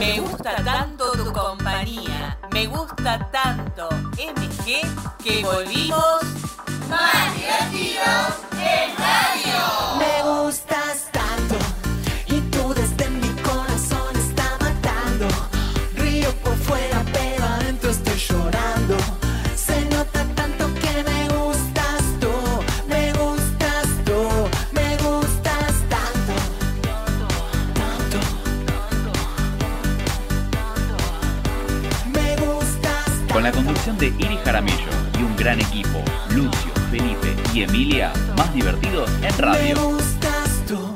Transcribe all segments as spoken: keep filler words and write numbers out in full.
Me gusta tanto tu compañía, me gusta tanto M G que volvimos más divertidos en radio. Me gustas tanto y tú desde mi corazón está matando. Río por fuera pero adentro estoy llorando. Se nota tanto que me gustas tú, me gustas tú, me gustas tanto, tanto, me gustas tanto. Con la conducción de Iri Jaramillo y un gran equipo, Lucio, Felipe y Emilia, más divertidos en radio. Me gustas tú.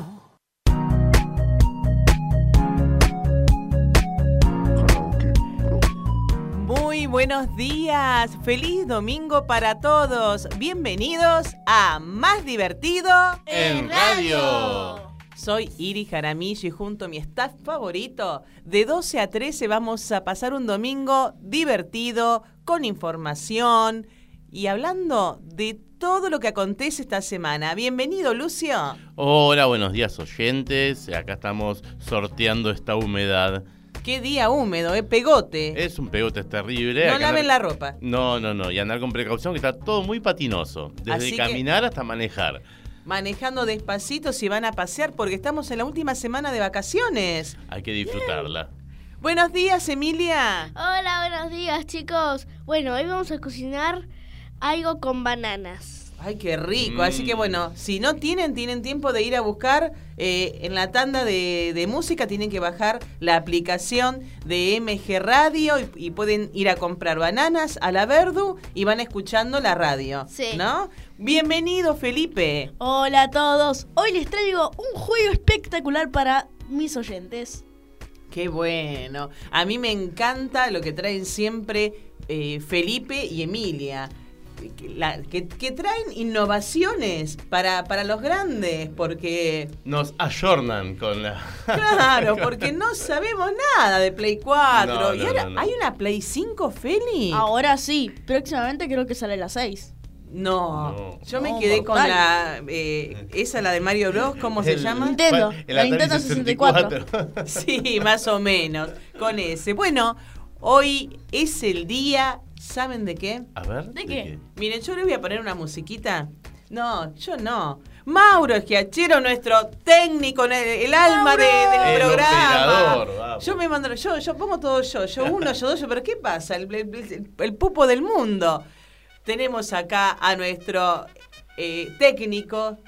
Muy buenos días, feliz domingo para todos. Bienvenidos a Más Divertido en radio. Soy Iri Jaramillo y junto a mi staff favorito, de doce a trece vamos a pasar un domingo divertido, con información y hablando de todo lo que acontece esta semana. Bienvenido, Lucio. Hola, buenos días, oyentes. Acá estamos sorteando esta humedad. Qué día húmedo, ¿eh? Pegote. Es un pegote terrible. No Acá laven andar... la ropa. No, no, no. Y andar con precaución, que está todo muy patinoso. Desde Así caminar que... hasta manejar. Manejando despacito si van a pasear porque estamos en la última semana de vacaciones. Hay que disfrutarla. Buenos días, Emilia. Hola, buenos días, chicos. Bueno, hoy vamos a cocinar algo con bananas. Ay, qué rico. Mm. Así que bueno, si no tienen, tienen tiempo de ir a buscar eh, en la tanda de, de música, tienen que bajar la aplicación de M G Radio y, y pueden ir a comprar bananas a la Verdu y van escuchando la radio. Sí. ¿No? Bienvenido, Felipe. Hola a todos. Hoy les traigo un juego espectacular para mis oyentes. Qué bueno. A mí me encanta lo que traen siempre eh, Felipe y Emilia. Que, la, que, que traen innovaciones para, para los grandes, porque... Nos ayornan con la... Claro, porque no sabemos nada de Play cuatro. No, y no, ahora, no, no. ¿hay una Play cinco, Feli? Ahora sí, próximamente creo que sale la seis. No, No. yo me No, quedé mortal. con la... Eh, esa, la de Mario Bros, ¿cómo se El- llama? Nintendo, el la Atari Nintendo sesenta y cuatro. Sí, más o menos, con ese. Bueno, hoy es el día... ¿Saben de qué? A ver. ¿De qué? Miren, yo les voy a poner una musiquita. No, yo no. Mauro Schiachero, nuestro técnico, el, el alma de- del El programa. operador, vamos. Yo me mando, yo, yo pongo todo yo, yo uno, yo dos, yo, pero ¿qué pasa? El, el, el- el pupo del mundo. Tenemos acá a nuestro eh, técnico.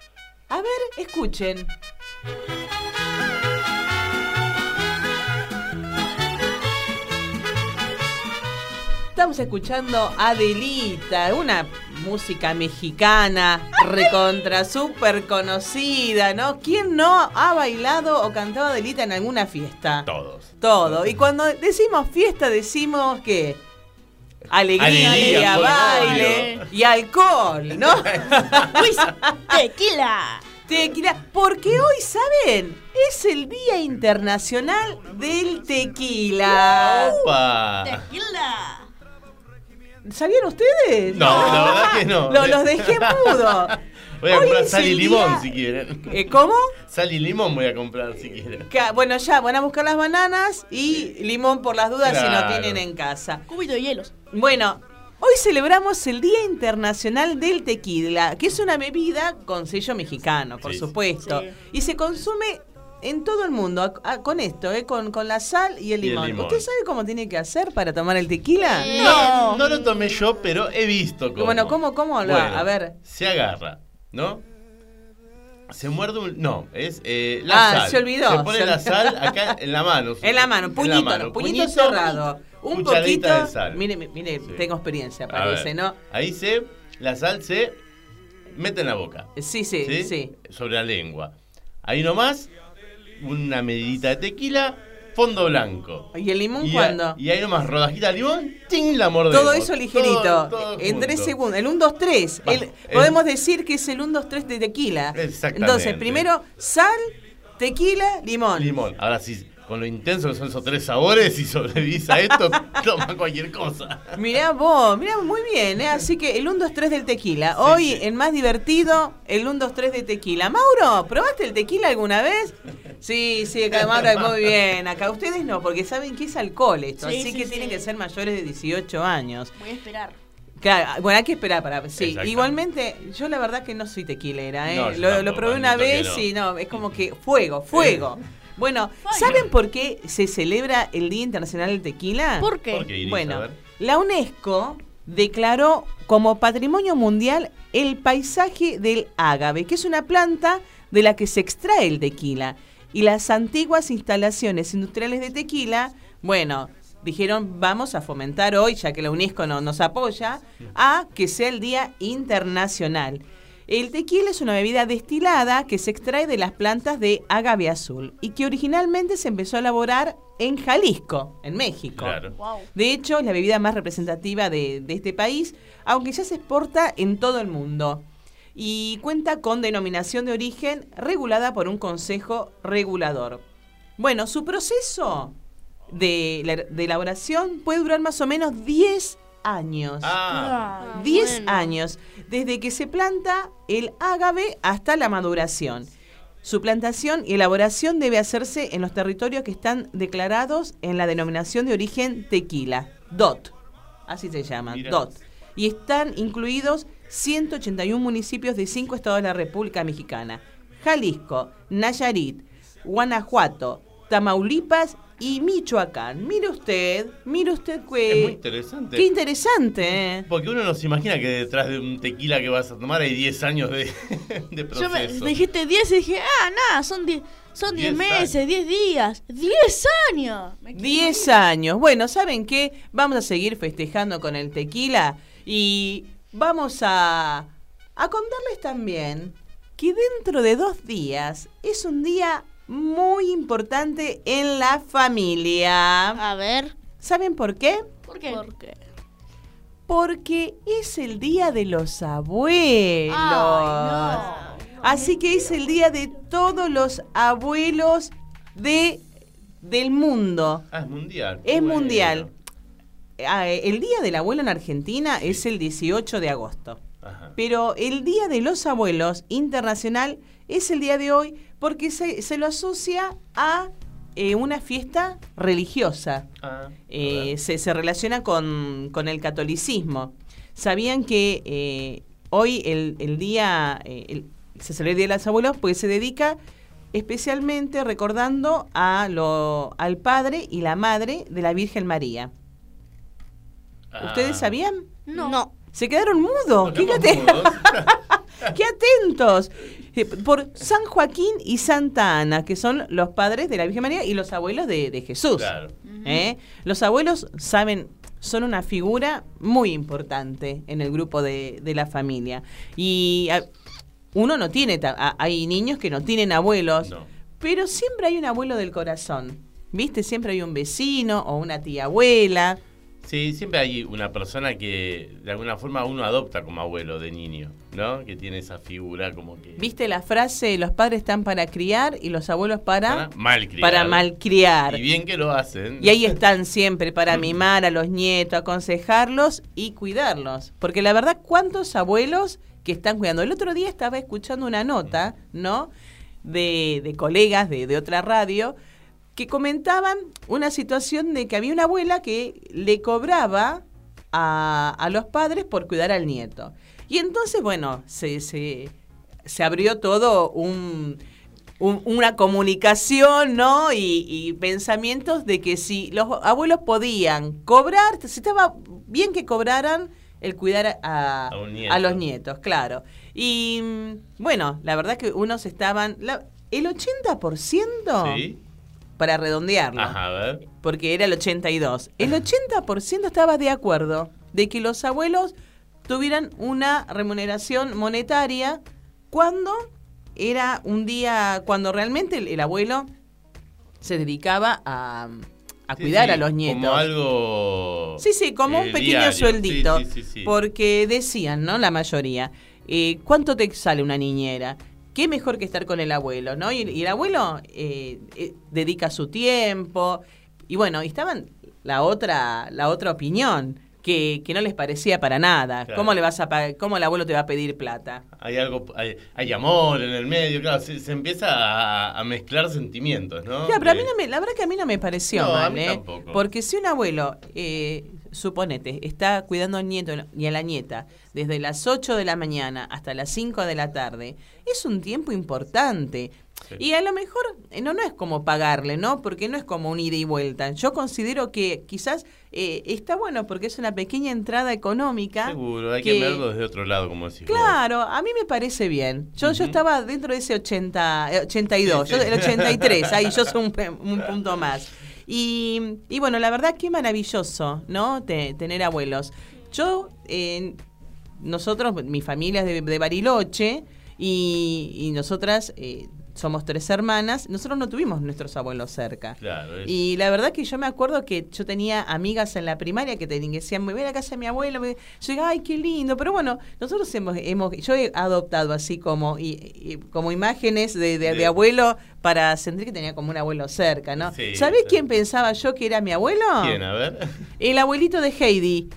A ver, escuchen. Estamos escuchando a Adelita, una música mexicana, recontra súper conocida, ¿no? ¿Quién no ha bailado o cantado Adelita en alguna fiesta? Todos. Todo. Y cuando decimos fiesta, decimos que alegría, Alegría, por baile obvio. y alcohol, ¿no? ¡Tequila! Tequila, porque hoy, ¿saben? Es el Día Internacional del Tequila. ¡Opa! ¡Tequila! ¿Sabían ustedes? No, la verdad que no. Lo- los dejé mudo. Voy a Hoy comprar es sal y el limón día- si quieren. Eh, ¿Cómo? Sal y limón voy a comprar si quieren. Ca- Bueno, ya, van a buscar las bananas y limón por las dudas si no Claro. tienen en casa. Cubito de hielos. Bueno, hoy celebramos el Día Internacional del Tequila, que es una bebida con sello mexicano, por Sí. supuesto. Sí. Y se consume en todo el mundo, a- a- con esto, eh, con, con la sal y el Y el limón. limón. ¿Usted sabe cómo tiene que hacer para tomar el tequila? Eh, No, no lo tomé yo, pero he visto cómo. Bueno, ¿cómo, cómo lo Bueno, A ver. Se agarra, ¿no? Se muerde un... No, es eh, la Ah, sal. se olvidó, Se pone se la olvidó. sal acá en la mano. En la mano, En puñito, la mano. no, puñito, cerrado. Un cucharadita poquito. de sal. Mire, mire, Sí. tengo experiencia, A parece, ver, ¿no? Ahí se... La sal se mete en la boca. Sí, sí, sí. ¿Sí? Sobre la lengua. Ahí nomás, una medidita de tequila, fondo blanco. ¿Y el limón Y, a- cuándo? y ahí nomás, rodajita de limón, ¡ting! La mordemos. Todo eso ligerito, Todo- todo en junto. tres segundos, el uno, dos, tres. Va, El- el- podemos decir que es el uno, dos, tres de tequila. Exactamente. Entonces, primero sal, tequila, limón. Limón. Ahora sí, con lo intenso que son esos tres sabores, si sobrevivís a esto, toma cualquier cosa. Mirá vos, mirá muy bien, ¿eh? Así que el uno, dos, tres del tequila. Sí, Hoy, sí. en Más Divertido, el uno, dos, tres de tequila. Mauro, ¿probaste el tequila alguna vez? Sí, sí, acá Mauro, muy bien. Acá ustedes no, porque saben que es alcohol esto, Sí, así sí, que sí. tienen que ser mayores de dieciocho años. Voy a esperar. Claro, bueno, hay que esperar para... Sí, Exactamente. igualmente, yo la verdad que no soy tequilera, ¿eh? No, yo lo, lo tampoco, probé una admito que vez no. y no, es como que fuego, fuego. Bueno, ¿saben por qué se celebra el Día Internacional del Tequila? ¿Por qué? ¿Por qué, Iris? Bueno, A ver. la UNESCO declaró como Patrimonio Mundial el paisaje del ágave, que es una planta de la que se extrae el tequila. Y las antiguas instalaciones industriales de tequila, bueno, dijeron vamos a fomentar hoy, ya que la UNESCO no, nos apoya, a que sea el Día Internacional. El tequila es una bebida destilada que se extrae de las plantas de agave azul y que originalmente se empezó a elaborar en Jalisco, en México. Claro. Wow. De hecho, es la bebida más representativa de, de este país, aunque ya se exporta en todo el mundo. Y cuenta con denominación de origen regulada por un consejo regulador. Bueno, su proceso de, la- de elaboración puede durar más o menos diez años. Ah, Ah, diez bueno. años, desde que se planta el ágave hasta la maduración. Su plantación y elaboración debe hacerse en los territorios que están declarados en la denominación de origen tequila, D O T, así se llama, Mira. D O T. Y están incluidos ciento ochenta y uno municipios de cinco estados de la República Mexicana: Jalisco, Nayarit, Guanajuato, Tamaulipas y Michoacán. Mire usted, mire usted que... es muy interesante. Qué interesante, ¿eh? Porque uno no se imagina que detrás de un tequila que vas a tomar hay diez años de, de proceso. Yo me dijiste diez y dije, ah, nada, son diez son diez diez meses, diez días. diez años. Me quedé diez dormida. años. Bueno, ¿saben qué? Vamos a seguir festejando con el tequila y vamos a, a contarles también que dentro de dos días es un día muy importante en la familia. A ver. ¿Saben por qué? ¿Por qué? ¿Por qué? Porque es el día de los abuelos. Ay, Así que es el día de todos los abuelos de, del mundo. Ah, es mundial. Es Bueno. mundial. Ah, El Día del Abuelo en Argentina es el dieciocho de agosto. Ajá. Pero el Día de los Abuelos internacional es el día de hoy porque se, se lo asocia a eh, una fiesta religiosa. Ah, Eh, a ver. se, se relaciona con, con el catolicismo. ¿Sabían que eh, hoy el, el día, eh, el- se celebra el Día de los Abuelos? Pues se dedica especialmente recordando a lo, al padre y la madre de la Virgen María. Ah. ¿Ustedes sabían? No. No. Se quedaron mudos. Nos quedamos Fíjate. mudos. ¡Qué atentos! Eh, Por San Joaquín y Santa Ana, que son los padres de la Virgen María y los abuelos de, de Jesús. Claro. ¿Eh? Los abuelos, saben, son una figura muy importante en el grupo de, de la familia. Y a- uno no tiene, ta- a- hay niños que no tienen abuelos, No. pero siempre hay un abuelo del corazón. ¿Viste? Siempre hay un vecino o una tía abuela. Sí, siempre hay una persona que de alguna forma uno adopta como abuelo de niño, ¿no? Que tiene esa figura como que... ¿Viste la frase, los padres están para criar y los abuelos para, Para malcriar. para malcriar? Y bien que lo hacen. Y ahí están siempre para mimar a los nietos, aconsejarlos y cuidarlos. Porque la verdad, ¿cuántos abuelos que están cuidando? El otro día estaba escuchando una nota, ¿no? De, de colegas de, de otra radio que comentaban una situación de que había una abuela que le cobraba a, a los padres por cuidar al nieto. Y entonces, bueno, se, se, se abrió todo un... un- una comunicación, ¿no? Y, y pensamientos de que si los abuelos podían cobrar, si estaba bien que cobraran el cuidar a, A un nieto. a los nietos, claro. Y mm, bueno, la verdad que unos estaban... la- el ochenta por ciento, Sí. para redondearlo, Ajá, a ver. porque era el ochenta y dos, el ochenta por ciento estaba de acuerdo de que los abuelos tuvieran una remuneración monetaria cuando era un día, cuando realmente el, el abuelo se dedicaba a, a Sí, cuidar sí, a los nietos. Como algo... Sí, sí, como un eh, pequeño diario. sueldito. Sí, sí, sí, sí. Porque decían, ¿no? La mayoría, eh, ¿cuánto te sale una niñera? Qué mejor que estar con el abuelo, ¿no? Y, y el abuelo eh, eh, dedica su tiempo. Y bueno, y estaban la otra, la otra opinión. que, que no les parecía para nada. Claro. ¿Cómo le vas a pa- cómo el abuelo te va a pedir plata? Hay algo, hay, hay amor en el medio, claro, se, se empieza a, a mezclar sentimientos, ¿no? Claro, pero a mí Eh, no me, la verdad que a mí no me pareció No, a mal, mí ¿eh? tampoco. Porque si un abuelo, eh, suponete, está cuidando al nieto y a la nieta desde las ocho de la mañana hasta las cinco de la tarde, es un tiempo importante. Sí. Y a lo mejor eh, no, no es como pagarle, ¿no? Porque no es como un ida y vuelta. Yo considero que quizás eh, está bueno porque es una pequeña entrada económica. Seguro, hay que, verlo desde otro lado, como decís vos. Claro, a mí me parece bien. Yo, yo Ujú. estaba dentro de ese ochenta, eh, ochenta y dos, Sí, sí. yo el ochenta y tres, ahí yo soy un, pe- un punto más. Y, y bueno, la verdad qué maravilloso, ¿no? Te- tener abuelos. Yo, eh, nosotros, mi familia es de, de Bariloche y, y nosotras eh, somos tres hermanas, nosotros no tuvimos nuestros abuelos cerca. Claro, es- Y la verdad que yo me acuerdo que yo tenía amigas en la primaria que, te, que decían, me voy a la casa de mi abuelo. Me, yo digo, ay, qué lindo. Pero bueno, nosotros hemos, hemos yo he adoptado así como, y, y como imágenes de, de, de De- abuelo para sentir que tenía como un abuelo cerca, ¿no? Sí, ¿Sabés sí. quién pensaba yo que era mi abuelo? ¿Quién? A ver. El abuelito de Heidi.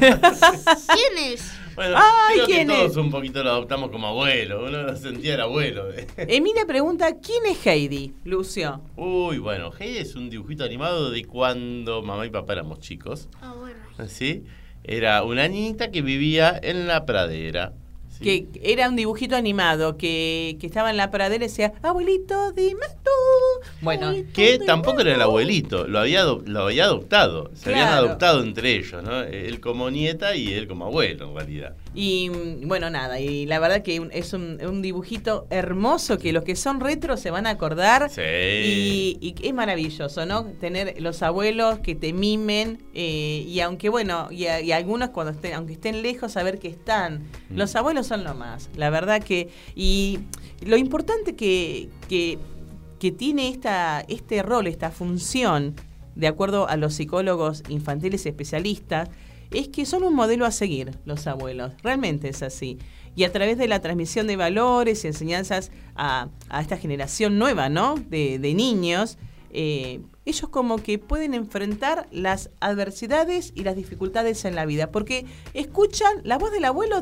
¿Quién es? Bueno, Ay, creo que ¿quién todos es? un poquito lo adoptamos como abuelo. Uno lo sentía el abuelo. Emilia pregunta, ¿quién es Heidi, Lucio? Uy, bueno, Heidi es un dibujito animado de cuando mamá y papá éramos chicos. Ah, bueno. ¿Sí? Era una niñita que vivía en la pradera. ¿sí? Que era un dibujito animado que, que estaba en la pradera y decía, abuelito, dime tú. Bueno, Que tampoco era el abuelito, lo había, ado- lo había adoptado. Se habían Claro. adoptado entre ellos, ¿no? Él como nieta y él como abuelo, en realidad. y mm, bueno, nada, y la verdad que un- es un, un dibujito hermoso que los que son retro se van a acordar. Sí. Y, y es maravilloso, ¿no? Tener los abuelos que te mimen eh, y aunque, bueno, y, a- y algunos cuando estén, aunque estén lejos, saber que están. Mm. Los abuelos son lo más, la verdad que... Y lo importante que, que, que tiene esta, este rol, esta función, de acuerdo a los psicólogos infantiles especialistas, es que son un modelo a seguir los abuelos, realmente es así. Y a través de la transmisión de valores y enseñanzas a, a esta generación nueva, ¿no? De, de niños, eh, ellos como que pueden enfrentar las adversidades y las dificultades en la vida, porque escuchan la voz del abuelo,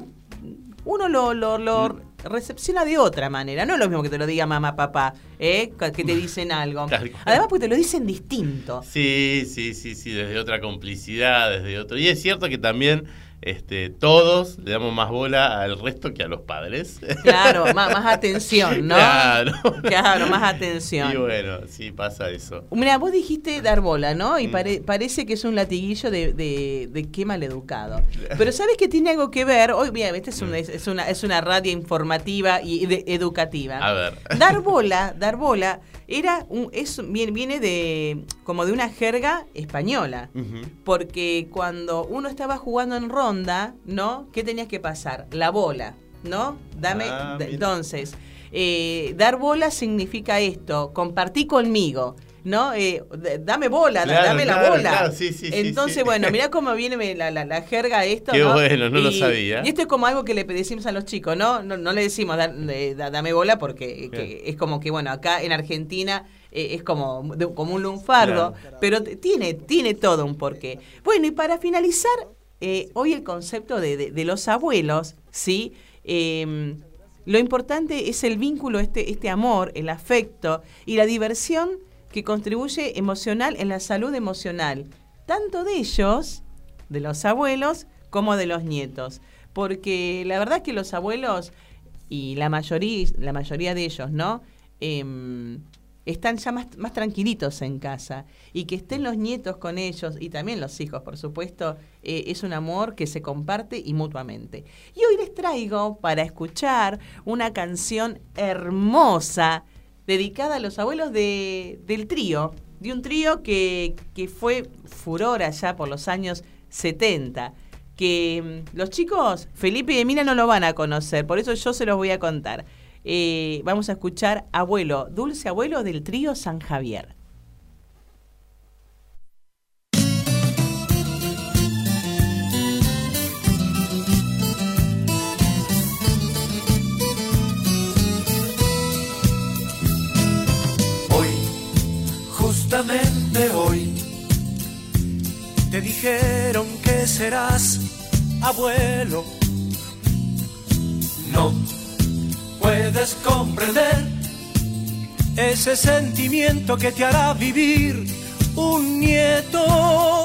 uno lo, lo, lo recepciona de otra manera, no es lo mismo que te lo diga mamá, papá, ¿eh? que te dicen algo. Tal cual. Además porque te lo dicen distinto. Sí, sí, sí, sí, desde otra complicidad, desde otro. Y es cierto que también este, todos le damos más bola al resto que a los padres. Claro, más, más atención, ¿no? Claro. Claro, más atención. Y bueno, sí pasa eso. Mira, vos dijiste dar bola, ¿no? Y Mm. pare- parece que es un latiguillo de, de, de qué maleducado. Pero ¿sabes que tiene algo que ver? Hoy, mira, esta es, un- es, es una, es una radio informativa y de- educativa. A ver. Dar bola, dar bola, era un, es, viene, viene de como de una jerga española. Ujú. Porque cuando uno estaba jugando en ronda, ¿no? ¿Qué tenías que pasar? La bola, ¿no? Dame. Ah, d- mira. entonces, eh, dar bola significa esto, compartí conmigo, ¿no? Eh, d- dame bola, da- Claro, dame la claro, bola. claro, sí, sí, sí, entonces, sí. bueno, mirá cómo viene la, la, la jerga esto, Qué ¿no? bueno, no lo Y- sabía. Y esto es como algo que le decimos a los chicos, ¿no? No, no le decimos da- de- da- dame bola porque que es como que, bueno, acá en Argentina eh, es como, de- como un lunfardo, pero t- tiene, tiene todo un porqué. Bueno, y para finalizar, eh, hoy el concepto de, de- de los abuelos, ¿sí? Eh, lo importante es el vínculo, este, este amor, el afecto y la diversión que contribuye emocional en la salud emocional, tanto de ellos, de los abuelos, como de los nietos. Porque la verdad es que los abuelos, y la mayoría, la mayoría de ellos, ¿no? Em, están ya más, más tranquilitos en casa. Y que estén los nietos con ellos, y también los hijos, por supuesto, eh, es un amor que se comparte y mutuamente. Y hoy les traigo para escuchar una canción hermosa dedicada a los abuelos de, del trío, de un trío que, que fue furor allá por los años setenta, que mm, los chicos, Felipe y Emilia, no lo van a conocer, por eso yo se los voy a contar. Eh, vamos a escuchar Abuelo, Dulce Abuelo del trío San Javier. Hoy, justamente hoy, te dijeron que serás abuelo. No puedes comprender ese sentimiento que te hará vivir un nieto.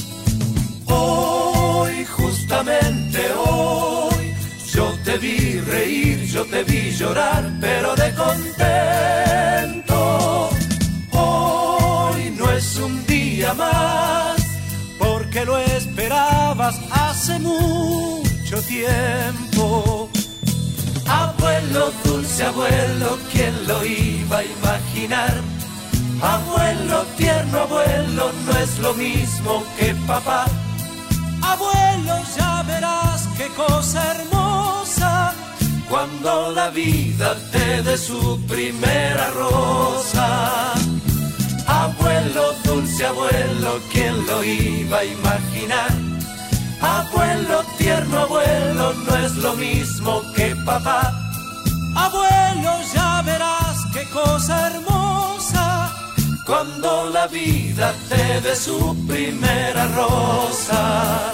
Hoy, justamente hoy, yo te vi reír, yo te vi llorar, pero de contento. Hoy no es un día más, porque lo esperabas hace mucho tiempo. Abuelo, dulce abuelo, ¿quién lo iba a imaginar? Abuelo, tierno abuelo, no es lo mismo que papá. Abuelo, ya verás qué cosa hermosa, cuando la vida te dé su primera rosa. Abuelo, dulce abuelo, ¿quién lo iba a imaginar? Abuelo, tierno abuelo, no es lo mismo que papá. Abuelo, ya verás qué cosa hermosa, cuando la vida te dé su primera rosa.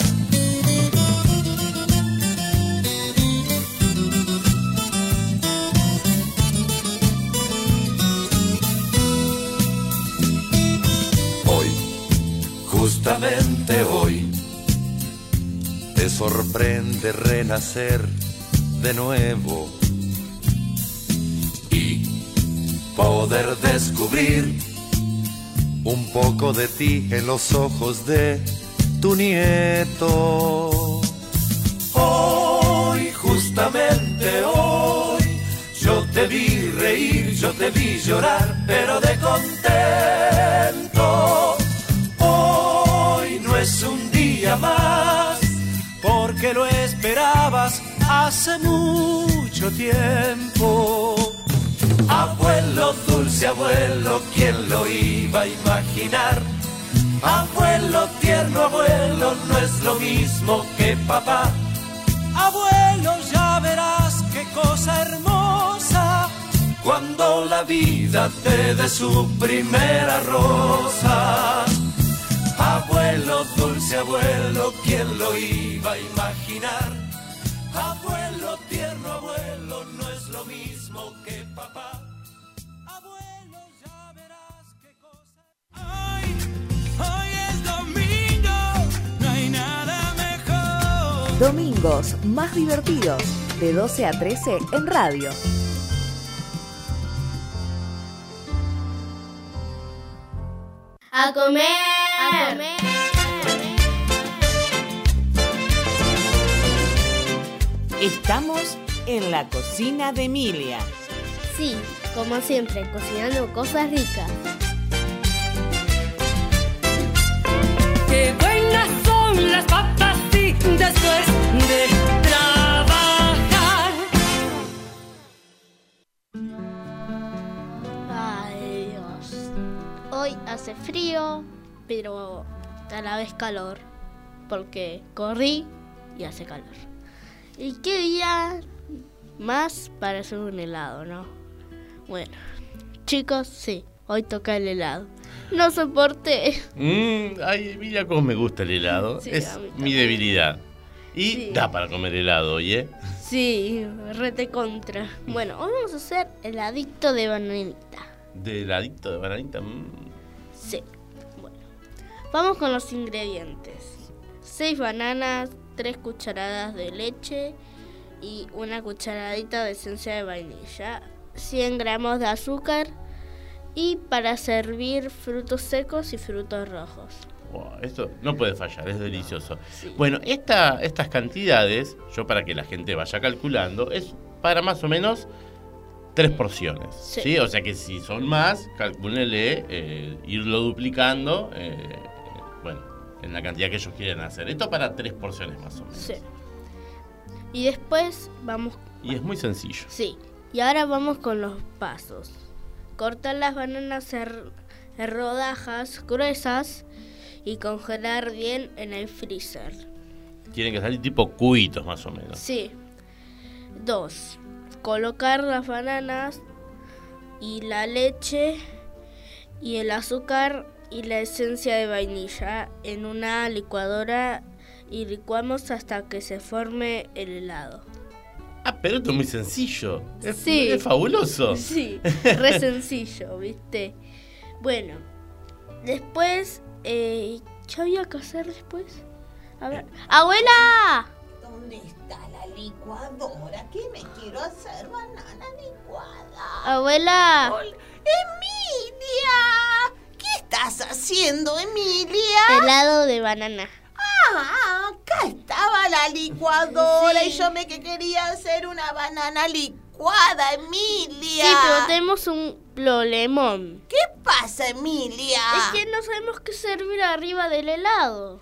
Hoy, justamente hoy, te sorprende renacer de nuevo y poder descubrir un poco de ti en los ojos de tu nieto. Hoy, justamente hoy, yo te vi reír, yo te vi llorar, pero de contento. Hoy no es un día más, porque lo esperabas hace mucho tiempo. Abuelo, dulce abuelo, ¿quién lo iba a imaginar? Abuelo, tierno abuelo, no es lo mismo que papá. Abuelo, ya verás qué cosa hermosa, cuando la vida te dé su primera rosa. Abuelo, dulce abuelo, ¿quién lo iba a imaginar? Abuelo, tierno abuelo, no es lo mismo que papá. Abuelo, ya verás qué cosa. Hoy, hoy es domingo, no hay nada mejor. Domingos más divertidos, de doce a trece en radio. A comer, a comer. Estamos en la cocina de Emilia. Sí, como siempre, cocinando cosas ricas. Qué buenas son las papas, sí, después de trabajar. Ay, Dios. Hoy hace frío, pero a la vez calor, porque corrí y hace calor. ¿Y qué día más para hacer un helado, no? Bueno, chicos, sí, hoy toca el helado. No soporté. Mm, ay, Emilia, cómo me gusta el helado. Sí, es a mí mi también. debilidad. Y Sí. da para comer helado, ¿oye? Sí, rete contra. Bueno, hoy vamos a hacer heladito de bananita. Del adicto de bananita. mm. Sí, bueno. Vamos con los ingredientes. seis bananas, tres cucharadas de leche y una cucharadita de esencia de vainilla, cien gramos de azúcar y para servir frutos secos y frutos rojos. Wow, esto no puede fallar, es delicioso. Sí. Bueno, esta, estas cantidades, yo para que la gente vaya calculando, es para más o menos tres porciones. Sí. Sí. O sea que si son más, calcúlenle, eh, irlo duplicando, eh, bueno, en la cantidad que ellos quieren hacer. Esto para tres porciones más o menos. Sí. Y después vamos... Y es muy sencillo. Sí. Y ahora vamos con los pasos. Cortar las bananas en, en rodajas gruesas y congelar bien en el freezer. Tienen que salir tipo cubitos más o menos. Sí. Dos. Colocar las bananas y la leche y el azúcar y la esencia de vainilla en una licuadora y licuamos hasta que se forme el helado. Ah, pero esto es muy sencillo. Es, Sí. es fabuloso. Sí, re sencillo, ¿viste? Bueno, después, eh, ¿qué había que hacer después? A ver. ¡Abuela! ¿Dónde está la licuadora? ¿Qué me quiero hacer? Banana licuada. Abuela. Hola. ¡Emilia! ¿Qué estás haciendo, Emilia? Helado de banana. Ah, acá estaba la licuadora Sí. y yo me que quería hacer una banana licuada, Emilia. Sí, pero tenemos un problemón. ¿Qué pasa, Emilia? Es que no sabemos qué servir arriba del helado.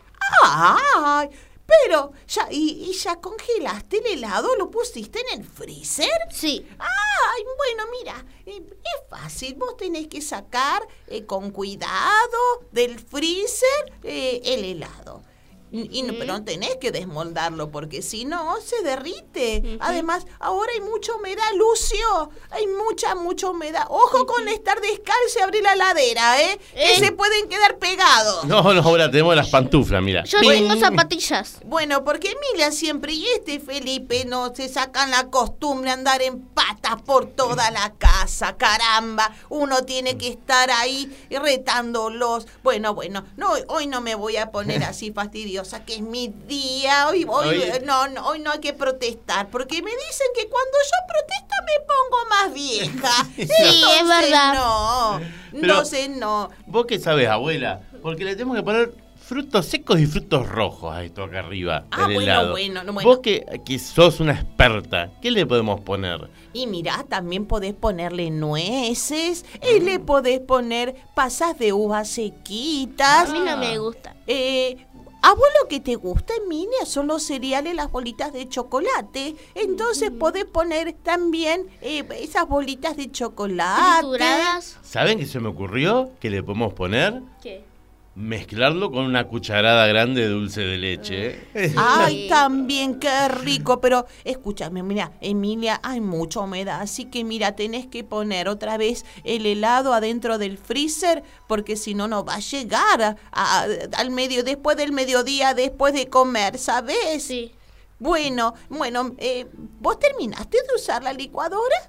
Ay, pero ya y, y ya congelaste el helado, ¿lo pusiste en el freezer? Sí. Ay, bueno, mira, eh, es fácil, vos tenés que sacar eh, con cuidado del freezer eh, el helado. Y no, pero no tenés que desmoldarlo porque si no se derrite. Uh-huh. Además, ahora hay mucha humedad, Lucio. Hay mucha, mucha humedad. Ojo uh-huh. con estar descalzo y abrir la ladera, ¿eh? ¿Eh? Que se pueden quedar pegados. No, no, ahora tenemos las pantuflas, mira. Yo tengo zapatillas. Bueno, porque Emilia siempre y este Felipe no se sacan la costumbre de andar en patas por toda la casa. Caramba, uno tiene que estar ahí retándolos. Bueno, bueno, no, hoy no me voy a poner así fastidiosa. Que es mi día, hoy, hoy, hoy, no, no, hoy no hay que protestar, porque me dicen que cuando yo protesto me pongo más vieja. Sí, entonces, es verdad. No, Pero, entonces no. ¿Vos qué sabés, abuela? Porque le tenemos que poner frutos secos y frutos rojos a esto acá arriba Ah, del bueno, helado. bueno, bueno. Vos que, que sos una experta, ¿qué le podemos poner? Y mirá, también podés ponerle nueces, y le podés poner pasas de uvas sequitas. A mí no me gusta. Eh... ¿A vos lo que te gusta, Emilia, son los cereales, las bolitas de chocolate? Entonces mm. podés poner también eh, esas bolitas de chocolate. ¿Trituradas? ¿Saben qué se me ocurrió? ¿Que le podemos poner? ¿Qué? Mezclarlo con una cucharada grande de dulce de leche. Sí. Ay, también, qué rico. Pero escúchame, mira, Emilia, hay mucha humedad, así que mira, tenés que poner otra vez el helado adentro del freezer, porque si no, no va a llegar a, a, al medio, después del mediodía, después de comer, ¿sabes? Sí. Bueno, bueno, eh, ¿vos terminaste de usar la licuadora?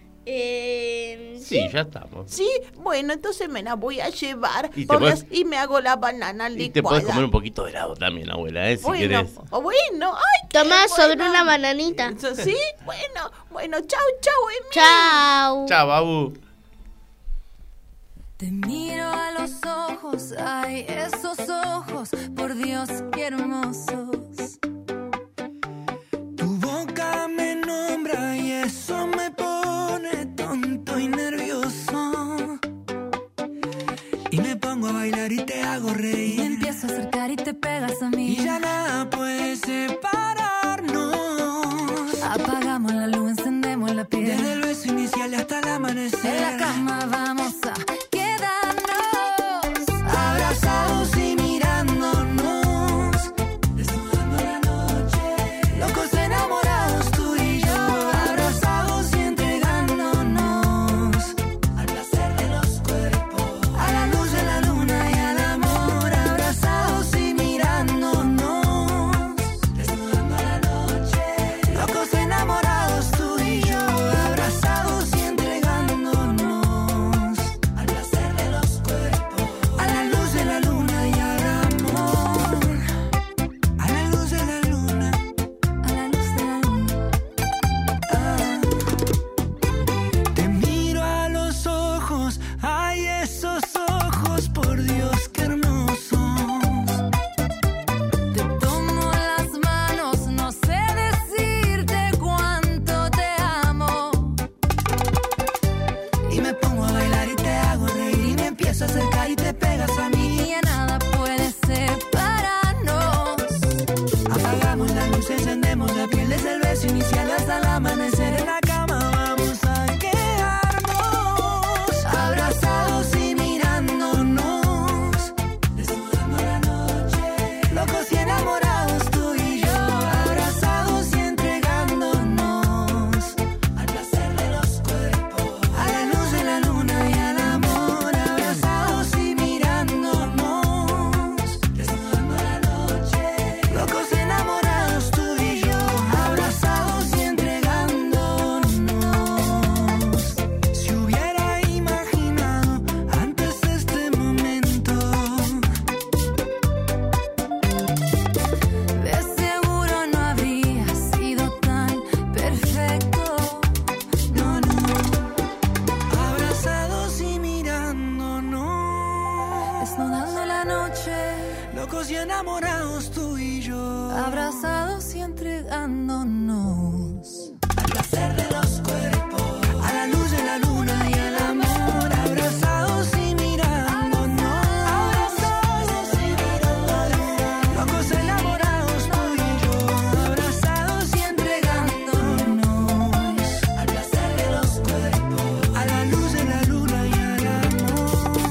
Eh, sí, ¿sí? Ya estamos. Sí, bueno, entonces me la voy a llevar y, porque, podés, y me hago la banana licuada. Y te podés comer un poquito de helado también, abuela, ¿eh? Si bueno, querés. Bueno, ay, Tomá bueno. sobre una bananita. Sí, bueno, bueno, chau, chau, Emi. Chau. Chau, babu. Te miro a los ojos, ay, esos ojos, por Dios, qué hermosos. Tu boca me nombra y eso me pone tonto y nervioso. Y me pongo a bailar y te hago reír. Me empiezo a acercar y te pegas a mí. Y ya nada puede separarnos. Apagamos la luz, encendemos la piel. Desde el beso inicial hasta el amanecer. En la cama vamos a quedarnos abrazados y mirándonos, desnudando la noche, locos enamorados tú y yo, abrazados y entregándonos al placer de los cuerpos, a la luz de la luna y al amor, abrazados y mirándonos, desnudando la noche, locos enamorados tú y yo, abrazados y entregándonos al placer de los cuerpos, a la luz de la luna y al amor, a la luz de la luna, a la luz de la luna. ah. Te miro a los ojos, ay, esos ojos, por Dios, qué hermosos. Te tomo las manos, no sé decirte cuánto te amo. Y me pongo a bailar y te hago reír y me empiezo a acercar y te pegas a mí. Y ya nada puede separarnos. Apagamos la luz, encendemos la piel desde el beso inicial hasta el amanecer. En la cama vamos a quedarnos abrazados y mirándonos, desnudando la noche, locos y enamorados tú y yo, abrazados y entregándonos al placer de los cuerpos, a la luz de la luna y al amor, abrazados y mirándonos desnudando la noche, locos y enamorados tú y yo, abrazados y entregándonos al placer de los cuerpos, a la luz de la luna y al amor, abrazados y mirándonos, abrazados y mirándonos, locos enamorados tú y yo, abrazados y entregándonos al placer de los cuerpos, a la luz de la luna y al amor.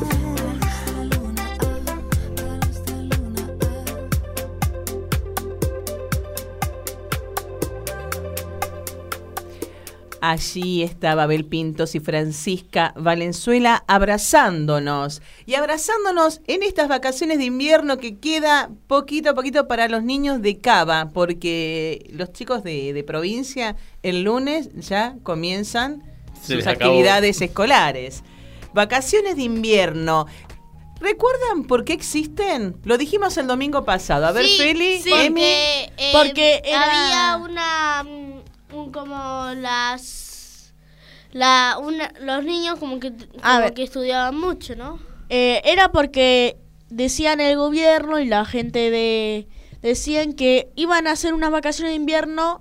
Allí estaba Abel Pintos y Francisca Valenzuela abrazándonos. Y abrazándonos en estas vacaciones de invierno que queda poquito a poquito para los niños de Cava, porque los chicos de, de provincia el lunes ya comienzan Se sus les acabó. actividades escolares. Vacaciones de invierno. ¿Recuerdan por qué existen? Lo dijimos el domingo pasado. A ver, Sí, Feli, sí, Emi. porque, eh, Porque era- había una mm, un, como las la una, los niños como que A como ver. que estudiaban mucho, ¿no? Eh, era porque decían el gobierno y la gente de decían que iban a hacer unas vacaciones de invierno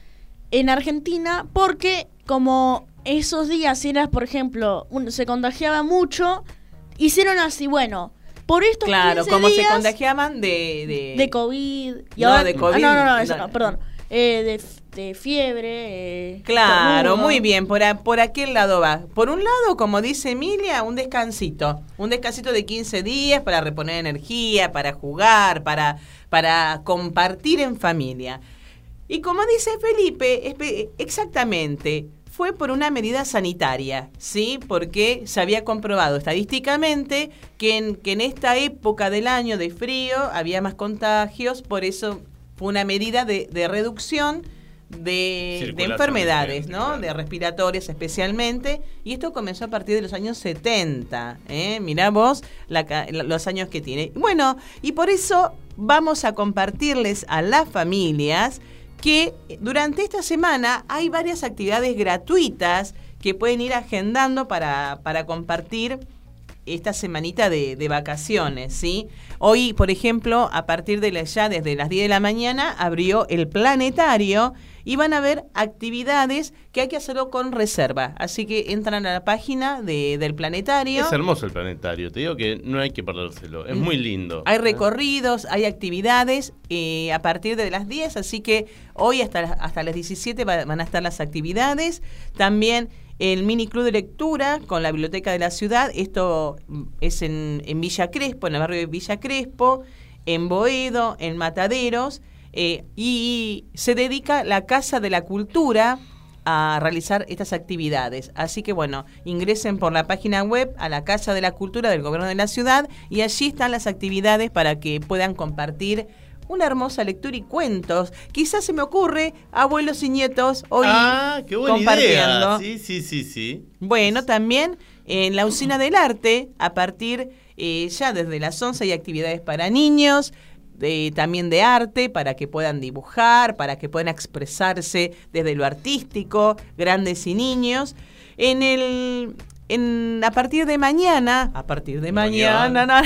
en Argentina porque como esos días era, por ejemplo, un- se contagiaba mucho, hicieron así, bueno, por estos Claro, quince como se días contagiaban de... De, de COVID. Y No, ahora- de COVID, ah, no, no, no, eso no. no, perdón. Eh, de, f- de fiebre. Eh, Claro, estornudo. muy bien, por, a- por aquel lado va. Por un lado, como dice Emilia, un descansito. Un descansito de quince días para reponer energía, para jugar, para, para compartir en familia. Y como dice Felipe, espe- exactamente, fue por una medida sanitaria, ¿sí? Porque se había comprobado estadísticamente que en, que en esta época del año de frío había más contagios, por eso fue una medida de, de reducción de, de Circulación enfermedades, diferente, ¿no? claro. De respiratorias especialmente, y esto comenzó a partir de los años setenta, ¿eh? Mirá vos la ca- la- los años que tiene. Bueno, y por eso vamos a compartirles a las familias que durante esta semana hay varias actividades gratuitas que pueden ir agendando para, para compartir esta semanita de, de vacaciones, ¿sí? Hoy, por ejemplo, a partir de la, ya desde las diez de la mañana abrió el planetario y van a haber actividades que hay que hacerlo con reserva. Así que entran a la página de, del planetario. Es hermoso el planetario, te digo que no hay que perdérselo, es muy lindo. Hay recorridos, hay actividades eh, a partir de las diez, así que hoy hasta, las- hasta las diecisiete va- van a estar las actividades. También el mini club de lectura con la biblioteca de la ciudad. Esto mm, es en, en Villa Crespo, en el barrio de Villa Crespo, en Boedo, en Mataderos, eh, y se dedica la Casa de la Cultura a realizar estas actividades. Así que bueno, ingresen por la página web a la Casa de la Cultura del Gobierno de la Ciudad y allí están las actividades para que puedan compartir una hermosa lectura y cuentos. Quizás se me ocurre abuelos y nietos hoy Ah, qué buena compartiendo. idea. Sí, sí, sí, sí. Bueno, también en la Usina del Arte, a partir eh, ya desde las once hay actividades para niños, de- también de arte, para que puedan dibujar, para que puedan expresarse desde lo artístico, grandes y niños. En el... En, a partir de mañana, a partir de mañana, no,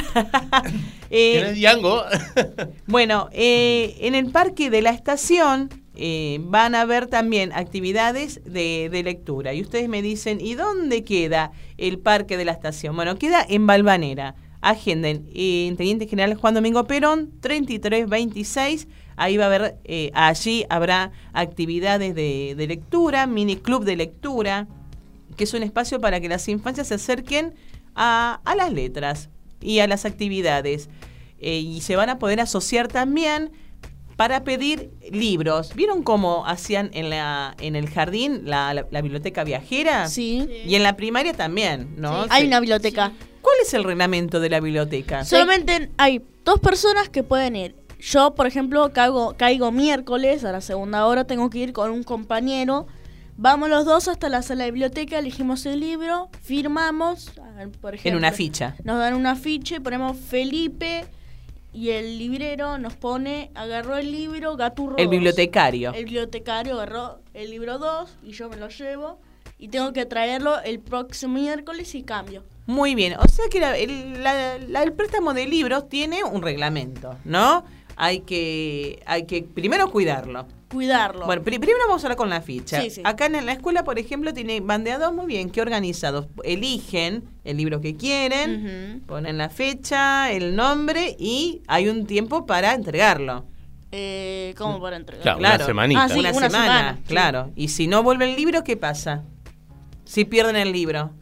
eh, ¿Tienes Diango? bueno, eh, en el Parque de la Estación eh, van a haber también actividades de, de lectura. Y ustedes me dicen, ¿y dónde queda el Parque de la Estación? Bueno, queda en Valvanera. Agenden, eh, en Teniente General Juan Domingo Perón, treinta y tres veintiséis. Ahí va a haber, eh, allí habrá actividades de, de lectura, mini club de lectura, que es un espacio para que las infancias se acerquen a, a las letras y a las actividades. Eh, y se van a poder asociar también para pedir libros. ¿Vieron cómo hacían en la en el jardín la, la, la biblioteca viajera? Sí. Y en la primaria también, ¿no? Sí. Hay Se- una biblioteca. ¿Cuál es el reglamento de la biblioteca? Solamente hay dos personas que pueden ir. Yo, por ejemplo, caigo, caigo miércoles a la segunda hora, tengo que ir con un compañero. Vamos los dos hasta la sala de biblioteca, elegimos el libro, firmamos, ah, por ejemplo. En una ficha. Nos dan un afiche, ponemos Felipe y el librero nos pone, agarró el libro, Gaturro El dos. bibliotecario. El bibliotecario agarró el libro dos y yo me lo llevo y tengo que traerlo el próximo miércoles y cambio. Muy bien, o sea que la- el, la- la- el préstamo de libros tiene un reglamento, ¿no? Hay que, hay que primero cuidarlo. Cuidarlo. Bueno, pri- primero vamos a hablar con la ficha. Sí, sí. Acá en la escuela, por ejemplo, tiene bandeados muy bien, qué organizados. Eligen el libro que quieren, Ujú. ponen la fecha, el nombre y hay un tiempo para entregarlo. Eh, ¿Cómo para entregar? Claro, una semanita. Ah, sí, una, una semana, semana, sí. claro. Y si no vuelve el libro, ¿qué pasa? Si pierden el libro.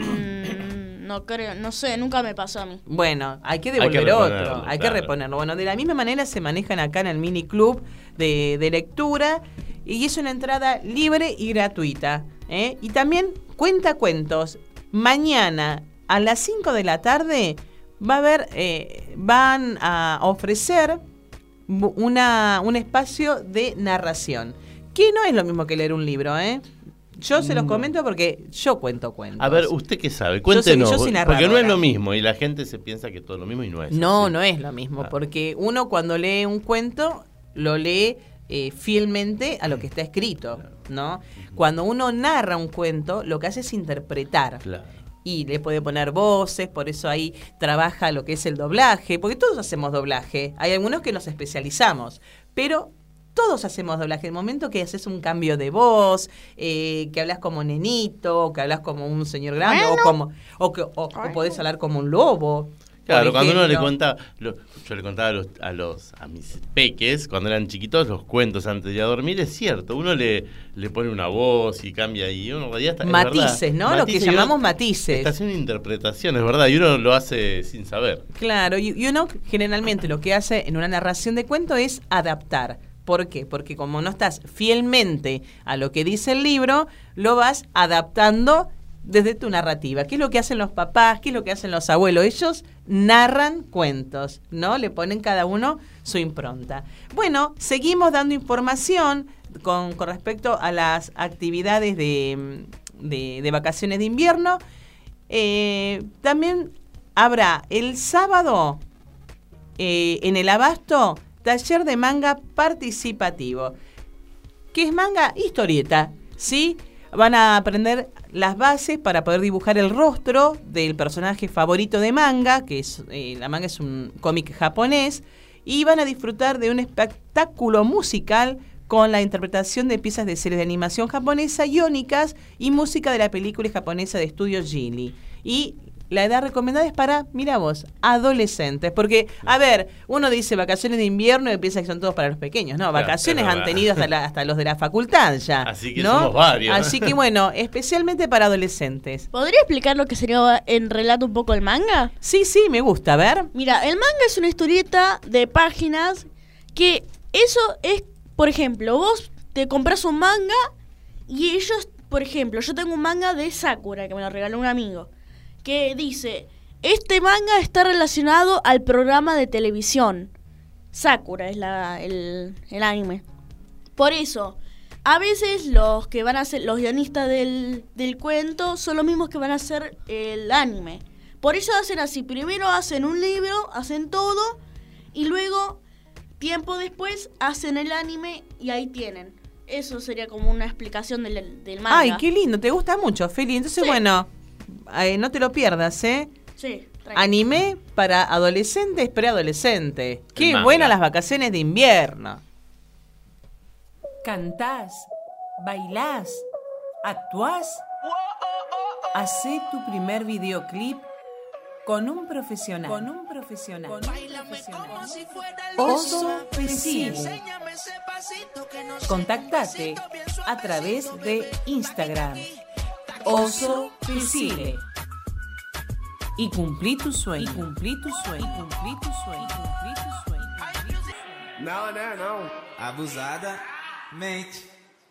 Mm, no creo, no sé, nunca me pasó a mí. Bueno, hay que Hay que devolver reponerlo, otro, hay que claro. reponerlo. Bueno, de la misma manera se manejan acá en el mini club de, de lectura y es una entrada libre y gratuita. ¿eh? Y también cuenta cuentos. Mañana a las cinco de la tarde va a haber, eh, van a ofrecer bu- una, un espacio de narración, que no es lo mismo que leer un libro, ¿eh? Yo se los No. comento porque yo cuento cuentos. A ver, ¿usted qué sabe? Yo soy- Cuéntenos. yo soy porque no es narradora. lo mismo y la gente se piensa que todo es lo mismo y no es. No, así. no es lo mismo, Ah. porque uno cuando lee un cuento lo lee eh, fielmente a lo que está escrito, ¿no? Cuando uno narra un cuento, lo que hace es interpretar. Claro. Y le puede poner voces, por eso ahí trabaja lo que es el doblaje, porque todos hacemos doblaje. Hay algunos que nos especializamos, pero todos hacemos doblaje. El momento que haces un cambio de voz, eh, que hablas como nenito, que hablas como un señor grande, Bueno. o como o que o, o podés hablar como un lobo. Claro, por cuando uno le ejemplo. cuenta, lo- yo le contaba a los, a los a mis peques, cuando eran chiquitos, los cuentos antes de ir a dormir, es cierto, uno le, le pone una voz y cambia y uno en realidad está, es Matices, verdad, ¿no? Lo que matices, y uno llamamos matices. Está haciendo interpretación, es verdad, y uno lo hace sin saber. Claro, y, y uno generalmente lo que hace en una narración de cuento es adaptar. ¿Por qué? Porque como no estás fielmente a lo que dice el libro, lo vas adaptando desde tu narrativa. ¿Qué es lo que hacen los papás? ¿Qué es lo que hacen los abuelos? Ellos narran cuentos, ¿no? Le ponen cada uno su impronta. Bueno, seguimos dando información con, con respecto a las actividades de, de, de vacaciones de invierno. Eh, también habrá el sábado eh, en el Abasto taller de manga participativo. ¿Qué es manga? Historieta, ¿sí? Van a aprender las bases para poder dibujar el rostro del personaje favorito de manga, que es eh, la manga es un cómic japonés, y van a disfrutar de un espectáculo musical con la interpretación de piezas de series de animación japonesa iónicas y música de la película japonesa de estudio Ghibli. Y la edad recomendada es para, mira vos, adolescentes. Porque, a ver, uno dice vacaciones de invierno y piensa que son todos para los pequeños. No, Claro, vacaciones es han verdad. tenido hasta, la- hasta los de la facultad ya. Así que ¿no? somos varios. Así que bueno, especialmente para adolescentes. ¿Podría explicar lo que sería en relato un poco el manga? Sí, sí, me gusta, a ver. Mira, el manga es una historieta de páginas que eso es, por ejemplo, vos te compras un manga y ellos, por ejemplo, yo tengo un manga de Sakura que me lo regaló un amigo, que dice, este manga está relacionado al programa de televisión. Sakura es la, el, el anime. Por eso, a veces los que van a ser los guionistas del, del cuento son los mismos que van a hacer el anime. Por eso hacen así, primero hacen un libro, hacen todo, y luego, tiempo después, hacen el anime y ahí tienen. Eso sería como una explicación del, del manga. Ay, qué lindo, te gusta mucho, Feli. Entonces, Sí. bueno, eh, no te lo pierdas, ¿eh? Sí, tranquilo. Anime para adolescentes, preadolescentes. Qué manga. buenas las vacaciones de invierno. ¿Cantás? ¿Bailás? ¿Actuás? Hacé tu primer videoclip con un profesional. Con un profesional. Con un profesional. Oso Pesile. Contactate a través de Instagram. Oso Pesile. Y cumplí tu sueño. Y cumplí tu sueño. Y cumplí tu sueño. Y cumplí tu sueño. Não, não, não. Abusada mente.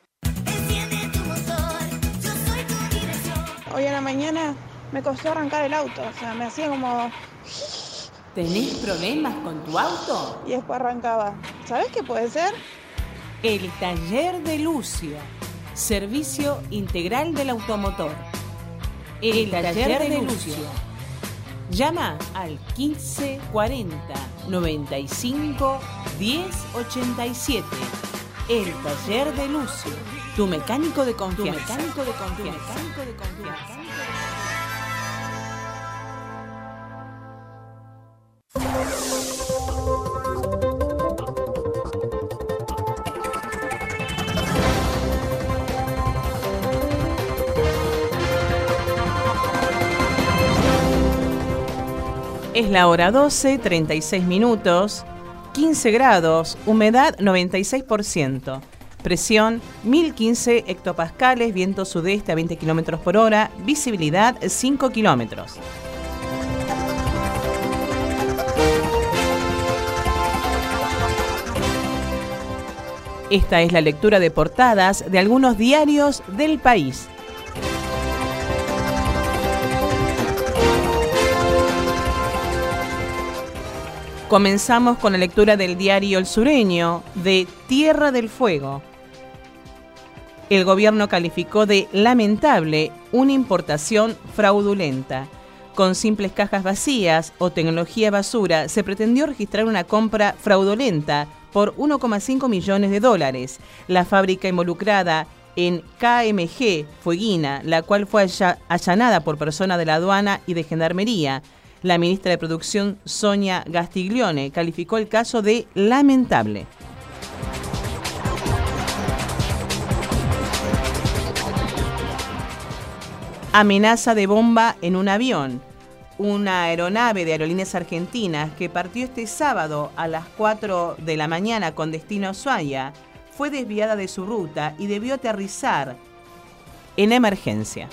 Hoy a la mañana me costó arrancar el auto, o sea, me hacía como... ¿Tenés problemas con tu auto? Y después arrancaba. ¿Sabes qué puede ser? El taller de Lucio. Servicio integral del automotor. El, taller, de, Lucio. Llama al quince cuarenta noventa y cinco diez ochenta y siete. El taller de Lucio. Tu mecánico de confianza. Tu mecánico de confianza. Tu mecánico de confianza. Es la hora doce, treinta y seis minutos, quince grados, humedad noventa y seis por ciento, presión mil quince hectopascales, viento sudeste a veinte kilómetros por hora, visibilidad cinco kilómetros. Esta es la lectura de portadas de algunos diarios del país. Comenzamos con la lectura del diario El Sureño, de Tierra del Fuego. El gobierno calificó de lamentable una importación fraudulenta. Con simples cajas vacías o tecnología basura se pretendió registrar una compra fraudulenta por uno coma cinco millones de dólares. La fábrica involucrada en K M G Fueguina, la cual fue allanada por personas de la aduana y de gendarmería. La ministra de Producción, Sonia Castiglione, calificó el caso de lamentable. Amenaza de bomba en un avión. Una aeronave de Aerolíneas Argentinas que partió este sábado a las cuatro de la mañana con destino a Ushuaia fue desviada de su ruta y debió aterrizar en emergencia.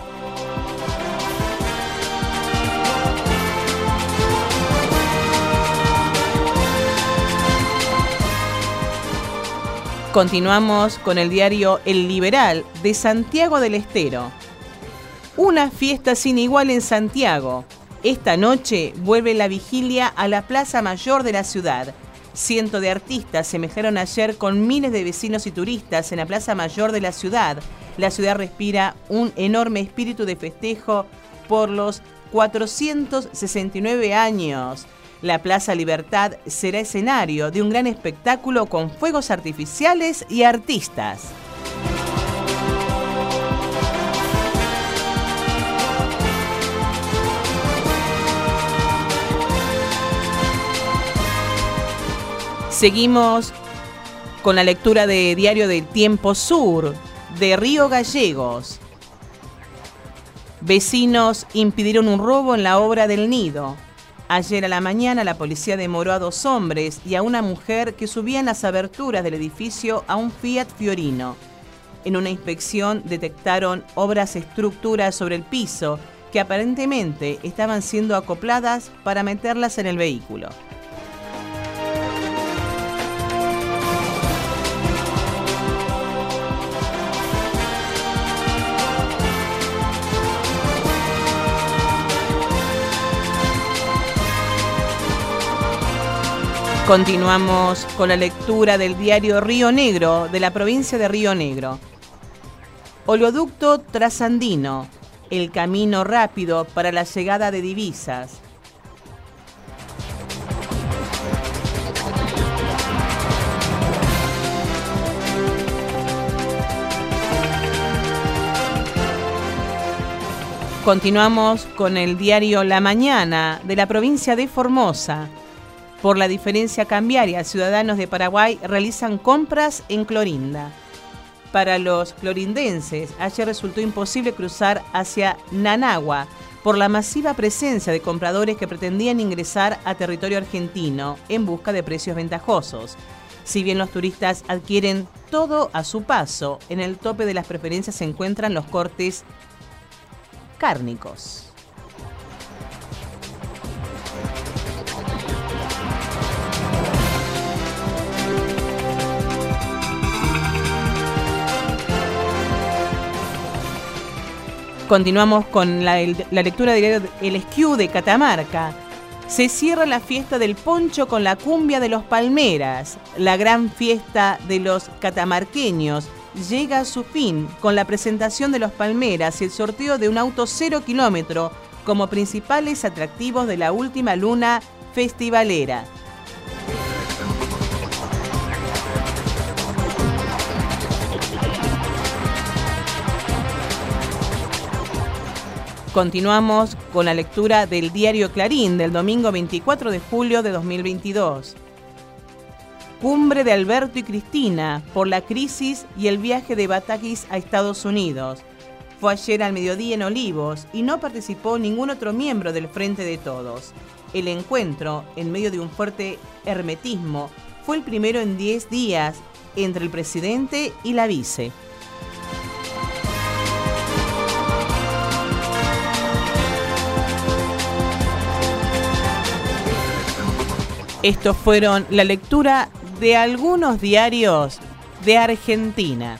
Continuamos con el diario El Liberal, de Santiago del Estero. Una fiesta sin igual en Santiago. Esta noche vuelve la vigilia a la Plaza Mayor de la ciudad. Cientos de artistas se mezclaron ayer con miles de vecinos y turistas en la Plaza Mayor de la ciudad. La ciudad respira un enorme espíritu de festejo por los cuatrocientos sesenta y nueve años. La Plaza Libertad será escenario de un gran espectáculo con fuegos artificiales y artistas. Seguimos con la lectura de Diario del Tiempo Sur, de Río Gallegos. Vecinos impidieron un robo en la obra del Nido. Ayer a la mañana la policía demoró a dos hombres y a una mujer que subían las aberturas del edificio a un Fiat Fiorino. En una inspección detectaron obras estructuras sobre el piso que aparentemente estaban siendo acopladas para meterlas en el vehículo. Continuamos con la lectura del diario Río Negro, de la provincia de Río Negro. Oleoducto Trasandino, el camino rápido para la llegada de divisas. Continuamos con el diario La Mañana, de la provincia de Formosa. Por la diferencia cambiaria, ciudadanos de Paraguay realizan compras en Clorinda. Para los clorindenses, ayer resultó imposible cruzar hacia Nanagua por la masiva presencia de compradores que pretendían ingresar a territorio argentino en busca de precios ventajosos. Si bien los turistas adquieren todo a su paso, en el tope de las preferencias se encuentran los cortes cárnicos. Continuamos con la, el, la lectura del El Esquiú de Catamarca. Se cierra la fiesta del poncho con la cumbia de los Palmeras. La gran fiesta de los catamarqueños llega a su fin con la presentación de los Palmeras y el sorteo de un auto cero kilómetro como principales atractivos de la última luna festivalera. Continuamos con la lectura del diario Clarín del domingo veinticuatro de julio de dos mil veintidós. Cumbre de Alberto y Cristina por la crisis y el viaje de Batakis a Estados Unidos. Fue ayer al mediodía en Olivos y no participó ningún otro miembro del Frente de Todos. El encuentro, en medio de un fuerte hermetismo, fue el primero en diez días entre el presidente y la vice. Estos fueron la lectura de algunos diarios de Argentina.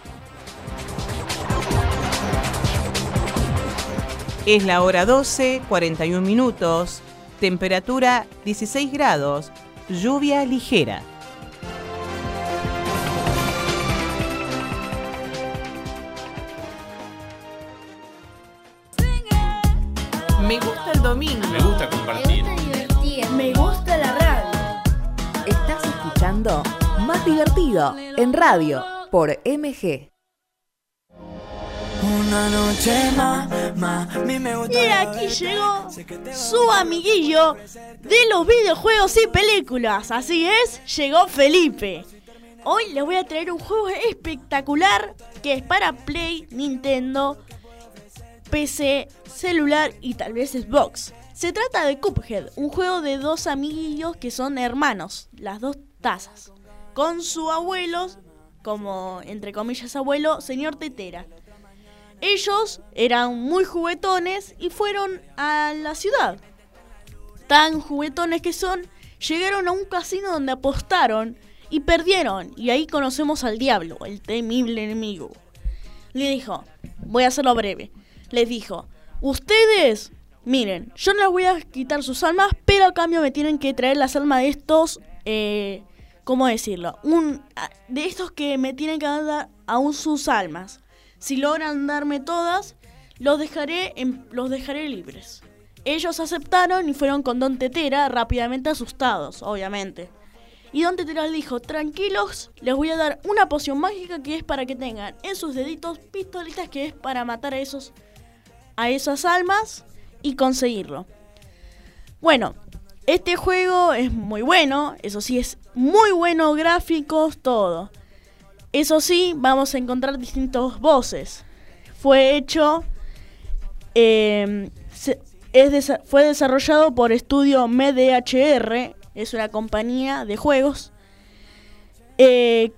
Es la hora doce, cuarenta y un minutos, temperatura dieciséis grados, lluvia ligera. Me gusta el domingo. Me gusta compartir. Me gusta la radio. Estás escuchando Más Divertido en radio por M G. Una noche más, más, a mí me gusta. Y aquí llegó su amiguillo de los videojuegos y películas. Así es, llegó Felipe. Hoy les voy a traer un juego espectacular que es para Play, Nintendo, P C, celular y tal vez Xbox. Se trata de Cuphead, un juego de dos amiguillos que son hermanos, las dos tazas, con su abuelo, como entre comillas abuelo, señor Tetera. Ellos eran muy juguetones y fueron a la ciudad. Tan juguetones que son, llegaron a un casino donde apostaron y perdieron. Y ahí conocemos al diablo, el temible enemigo. Le dijo, voy a hacerlo breve. Les dijo, ustedes, miren, yo no les voy a quitar sus almas, pero a cambio me tienen que traer las almas de estos, eh, ¿cómo decirlo? Un, de estos que me tienen que dar aún sus almas. Si logran darme todas, los dejaré, en, los dejaré libres. Ellos aceptaron y fueron con Don Tetera, rápidamente asustados, obviamente. Y Don Tetera les dijo, tranquilos, les voy a dar una poción mágica que es para que tengan en sus deditos pistolitas, que es para matar a esos, a esas almas y conseguirlo. Bueno, este juego es muy bueno, eso sí, es muy bueno, gráficos, todo. Eso sí, vamos a encontrar distintos voces. Fue hecho, eh, se, es desa- fue desarrollado por Estudio M D H R, es una compañía de juegos. Eh,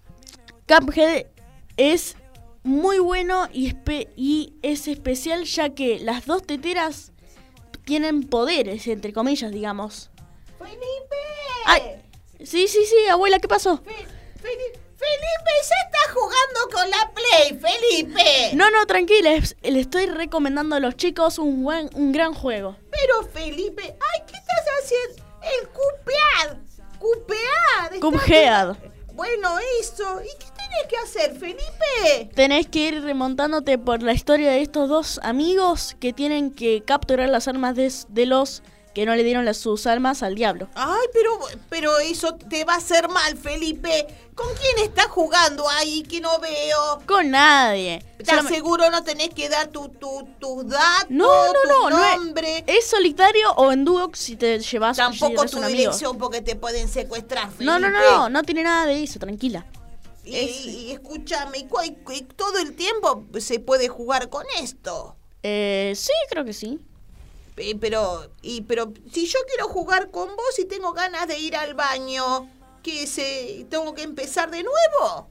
Cuphead es muy bueno y, espe- y es especial ya que las dos teteras tienen poderes, entre comillas, digamos. ¡Felipe! Ay, sí, sí, sí, abuela, ¿qué pasó? Fe- Felipe, Felipe, ya está jugando con la Play, Felipe. No, no, tranquila, es- le estoy recomendando a los chicos un buen, un gran juego. Pero Felipe, ay, ¿qué estás haciendo? El Cuphead. Cuphead. estás- Cuphead. Bueno, eso. ¿Y qué tenés que hacer, Felipe? Tenés que ir remontándote por la historia de estos dos amigos que tienen que capturar las armas de, de los que no le dieron las, sus almas al diablo. Ay, pero, pero eso te va a hacer mal, Felipe. ¿Con quién estás jugando ahí que no veo? Con nadie. ¿Estás Solamente- seguro no tenés que dar tu, tu, tus datos, No, no, tu no, no es- nombre? Es solitario o en dúo si te llevas si Tampoco llevas tu un amigo. dirección porque te pueden secuestrar, Felipe. No, no, no, no, no tiene nada de eso, tranquila. Y, y escúchame, ¿y cu- y todo el tiempo se puede jugar con esto? Eh, sí, creo que sí. Eh, pero, y, pero si yo quiero jugar con vos y tengo ganas de ir al baño, ¿qué se, tengo que empezar de nuevo?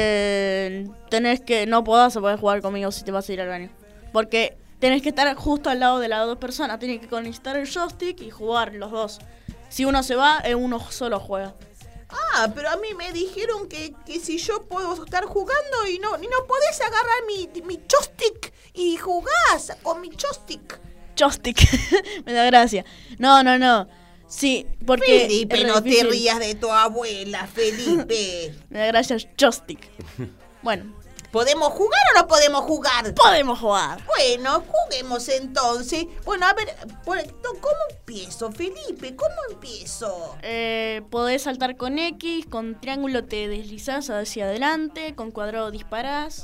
Eh, tenés que, no podás poder jugar conmigo si te vas a ir al baño. Porque tenés que estar justo al lado de las dos personas. Tenés que conectar el joystick y jugar los dos. Si uno se va, eh, uno solo juega. Ah, pero a mí me dijeron que, que si yo puedo estar jugando y no, y no podés agarrar mi, mi joystick y jugás con mi joystick. Joystick. Me da gracia. No, no, no. Sí, porque... Felipe, es re no te difícil. rías de tu abuela, Felipe. Me da gracia joystick. Bueno. ¿Podemos jugar o no podemos jugar? Podemos jugar. Bueno, juguemos entonces. Bueno, a ver, bueno, ¿cómo empiezo, Felipe? ¿Cómo empiezo? Eh, podés saltar con X, con triángulo te deslizás hacia adelante, con cuadrado disparás.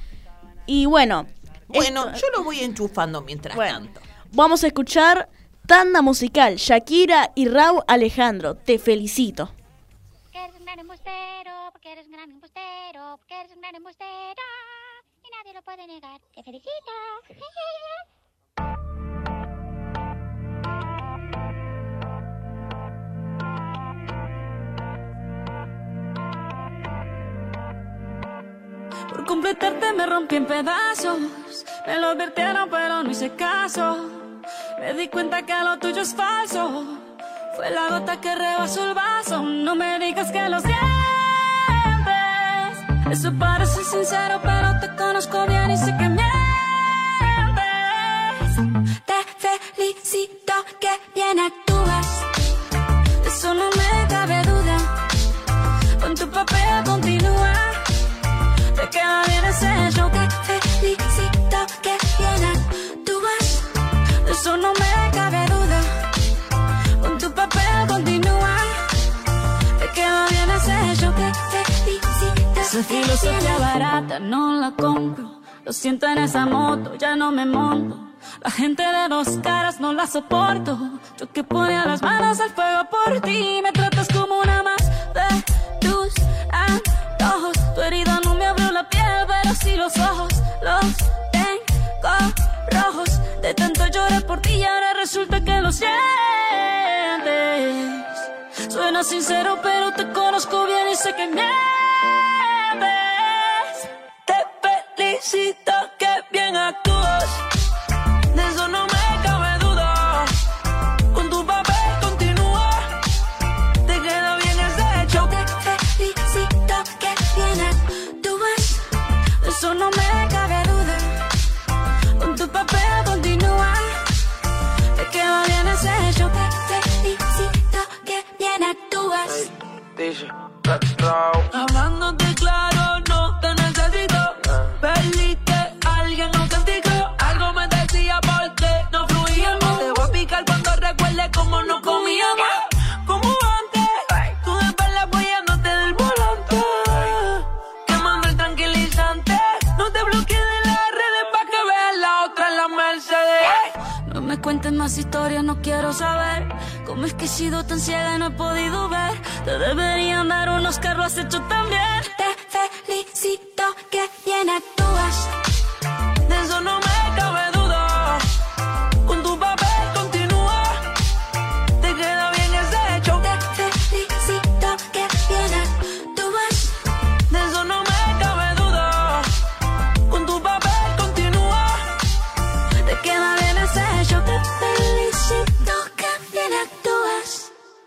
Y bueno. Bueno, esto- yo lo voy enchufando mientras Bueno, tanto. vamos a escuchar tanda musical, Shakira y Raúl Alejandro. Te felicito. Porque eres un gran embustero, porque eres un gran embustero, porque eres un gran embustero y nadie lo puede negar. Te felicito. completarte me rompí en pedazos. Me lo advirtieron pero no hice caso. Me di cuenta que lo tuyo es falso. Fue la gota que rebasó el vaso. No me digas que lo sientes. Eso parece sincero pero te conozco bien y sé que mientes. Te felicito que bien actúas. De eso no me cabe duda. Con tu papel continúa. Te queda bien ese show. Te felicito que bien actúas. De eso no me cabe duda. Con tu papel continúa. Te queda bien ese show. Te felicito. Esa filosofía barata no la compro. Lo siento en esa moto, ya no me monto. La gente de dos caras no la soporto. Yo que ponía las manos al fuego por ti. Me tratas como una más de tus antojos. Tu herida no me abrió la piel, pero sí los ojos. Los tengo rojos. De tanto llorar por ti y ahora resulta que lo sientes. Suena sincero, pero te conozco bien y sé que mientes. Te felicito que bien actúas. De eso no me cabe duda. Con tu papel continúa. Te queda bien ese show. Te felicito que bien actúas. De eso no me cabe duda. Con tu papel continúa. Te queda bien ese show. Te felicito que bien actúas. Hablándote claro, no te necesito. Perdiste a alguien auténtico. Algo me decía porque no fluíamos. Te voy a picar cuando recuerde cómo no comíamos. Como antes, tú de perla apoyándote del volante. Quemando el tranquilizante. No te bloquees de las redes pa' que veas la otra en la Mercedes. No me cuentes más historias, no quiero saber. ¿Cómo es que he sido tan ciega y no he podido ver? Te deberían dar unos Oscar, lo has hecho también. Te felicito que bien actúas. De eso no me cabe duda. Con tu papel continúa. Te queda bien ese show. Te felicito que bien actúas. De eso no me cabe duda. Con tu papel continúa. Te queda bien ese show. Te felicito que bien actúas.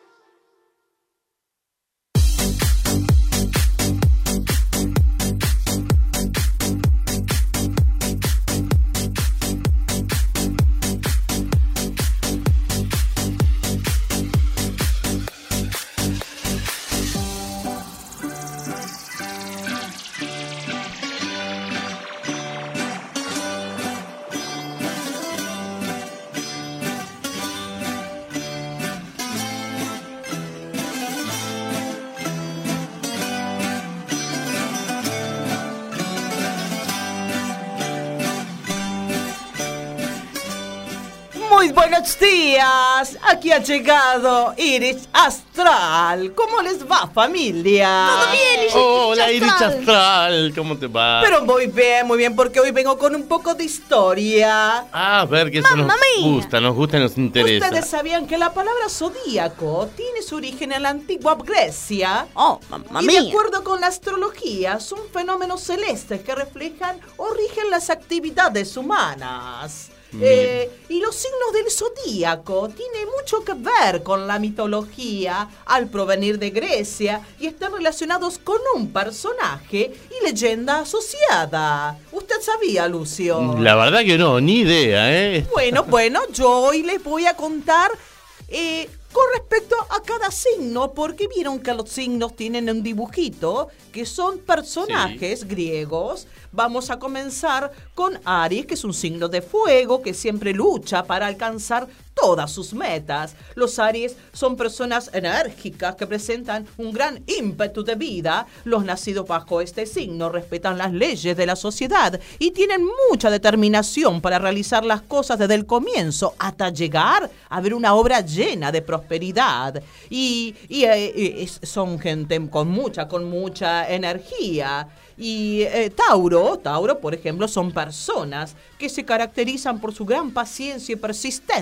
Muy buenos días, aquí ha llegado Iris Astral. ¿Cómo les va, familia? Todo bien, Iris Hola, Iris Astral. Astral, ¿cómo te va? Pero muy bien, muy bien, porque hoy vengo con un poco de historia. Ah, a ver, que eso nos gusta, nos gusta y nos interesa. ¿Ustedes sabían que la palabra zodíaco tiene su origen en la antigua Grecia? Oh, mamá Y mía. de acuerdo con la astrología, son fenómenos celestes que reflejan o rigen las actividades humanas. Eh, y los signos del zodíaco tienen mucho que ver con la mitología al provenir de Grecia y están relacionados con un personaje y leyenda asociada. ¿Usted sabía, Lucio? La verdad que no, ni idea, ¿eh? Bueno, bueno, yo hoy les voy a contar eh, con respecto a cada signo, porque vieron que los signos tienen un dibujito que son personajes sí. griegos. Vamos a comenzar con Aries, que es un signo de fuego que siempre lucha para alcanzar todas sus metas. Los Aries son personas enérgicas que presentan un gran ímpetu de vida. Los nacidos bajo este signo respetan las leyes de la sociedad y tienen mucha determinación para realizar las cosas desde el comienzo hasta llegar a ver una obra llena de prosperidad. Y, y, y, y son gente con mucha, con mucha energía. Y eh, Tauro, Tauro, por ejemplo, son personas que se caracterizan por su gran paciencia y persistencia en la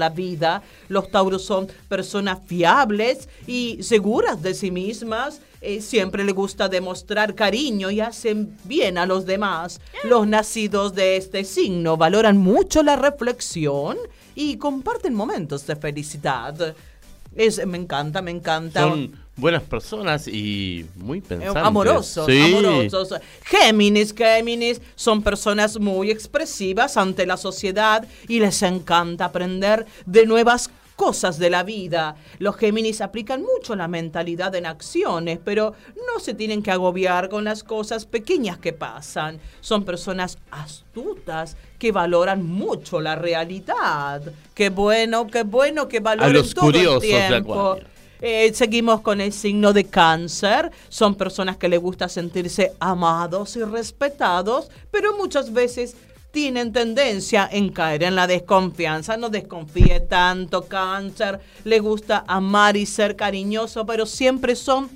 la vida. Los Tauros son personas fiables y seguras de sí mismas. Eh, siempre les gusta demostrar cariño y hacen bien a los demás. Los nacidos de este signo valoran mucho la reflexión y comparten momentos de felicidad. Es, me encanta, me encanta. Son buenas personas y muy pensantes. Amorosos, sí. amorosos. Géminis, Géminis son personas muy expresivas ante la sociedad y les encanta aprender de nuevas cosas de la vida. Los Géminis aplican mucho la mentalidad en acciones, pero no se tienen que agobiar con las cosas pequeñas que pasan. Son personas astutas que valoran mucho la realidad. Qué bueno, qué bueno que valoren A los todo curiosos el de tiempo. Acuario. Eh, seguimos con el signo de Cáncer. Son personas que les gusta sentirse amados y respetados, pero muchas veces tienen tendencia en caer en la desconfianza. No desconfíe tanto, Cáncer. Le gusta amar y ser cariñoso, pero siempre son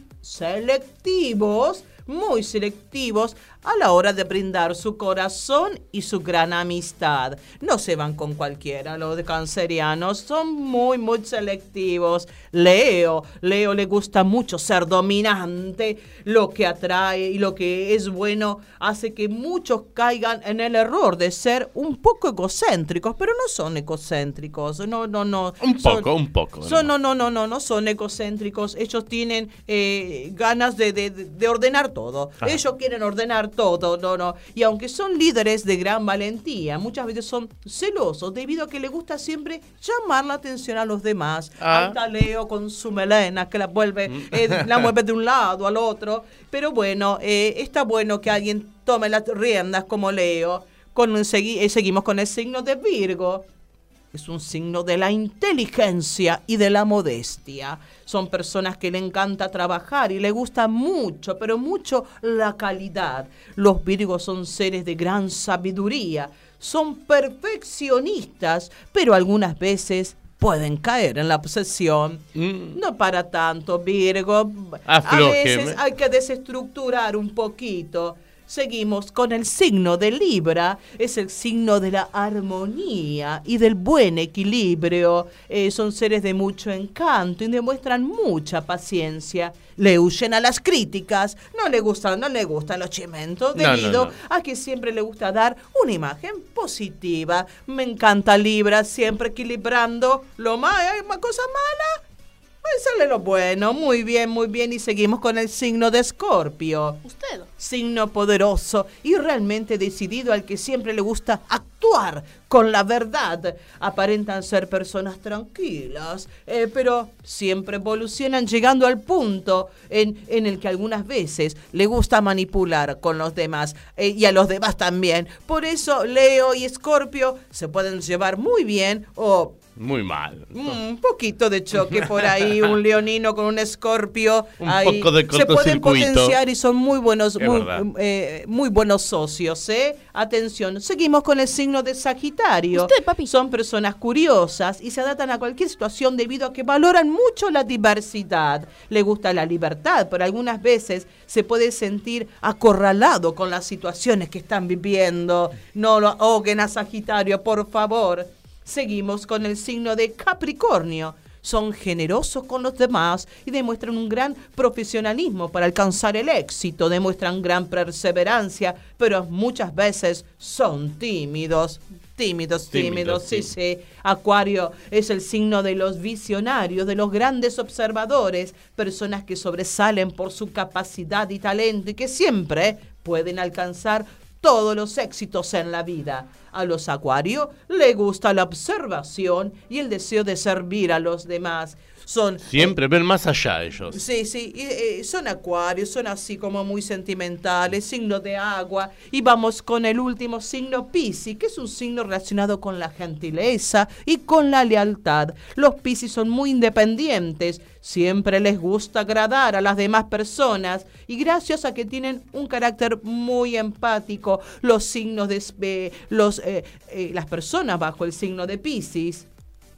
selectivos, muy selectivos a la hora de brindar su corazón y su gran amistad. No se van con cualquiera, los de cancerianos son muy, muy selectivos. Leo, Leo le gusta mucho ser dominante, lo que atrae y lo que es bueno hace que muchos caigan en el error de ser un poco egocéntricos, pero no son egocéntricos, no, no, no. Un son, poco, un poco. Son, no, no, no, no, no son egocéntricos. Ellos tienen eh, ganas de, de, de ordenar todo. Ajá. Ellos quieren ordenar todo, no, no. Y aunque son líderes de gran valentía, muchas veces son celosos debido a que les gusta siempre llamar la atención a los demás. Ah. Ahí está Leo con su melena que la vuelve, eh, la mueve de un lado al otro. Pero bueno, eh, está bueno que alguien tome las riendas como Leo. Con, segui- eh, seguimos con el signo de Virgo. Es un signo de la inteligencia y de la modestia. Son personas que le encanta trabajar y le gusta mucho, pero mucho la calidad. Los Virgos son seres de gran sabiduría. Son perfeccionistas, pero algunas veces pueden caer en la obsesión. Mm. No para tanto, Virgo. Aflójeme. A veces hay que desestructurar un poquito. Seguimos con el signo de Libra, es el signo de la armonía y del buen equilibrio. Eh, son seres de mucho encanto y demuestran mucha paciencia. Le huyen a las críticas, no le gustan, no le gustan los chimentos, No, debido no, no. a que siempre le gusta dar una imagen positiva. Me encanta Libra, siempre equilibrando lo malo, hay una cosa mala. Pues sale lo bueno, muy bien, muy bien. Y seguimos con el signo de Escorpio. ¿Usted? Signo poderoso y realmente decidido al que siempre le gusta actuar con la verdad. Aparentan ser personas tranquilas, eh, pero siempre evolucionan llegando al punto en, en el que algunas veces le gusta manipular con los demás eh, y a los demás también. Por eso Leo y Escorpio se pueden llevar muy bien o... Muy mal. Un mm, poquito de choque por ahí, un leonino con un escorpio. Un ahí. poco de Se pueden cortocircuito. potenciar y son muy buenos, Es muy, verdad. eh, muy buenos socios, ¿eh? Atención, seguimos con el signo de Sagitario. Usted, papi. Son personas curiosas y se adaptan a cualquier situación debido a que valoran mucho la diversidad. Le gusta la libertad, pero algunas veces se puede sentir acorralado con las situaciones que están viviendo. No lo ahoguen a Sagitario, por favor. Seguimos con el signo de Capricornio. Son generosos con los demás y demuestran un gran profesionalismo para alcanzar el éxito. Demuestran gran perseverancia, pero muchas veces son tímidos. Tímidos, tímidos, Tímidos, sí, sí. sí. Acuario es el signo de los visionarios, de los grandes observadores, personas que sobresalen por su capacidad y talento y que siempre pueden alcanzar todos los éxitos en la vida. A los Acuario le gusta la observación y el deseo de servir a los demás. Son Siempre ven más allá ellos. Sí, sí, y, eh, son acuarios, son así como muy sentimentales, signo de agua. Y vamos con el último signo, Piscis, que es un signo relacionado con la gentileza y con la lealtad. Los Piscis son muy independientes, siempre les gusta agradar a las demás personas y gracias a que tienen un carácter muy empático, los signos de eh, los eh, eh, las personas bajo el signo de Piscis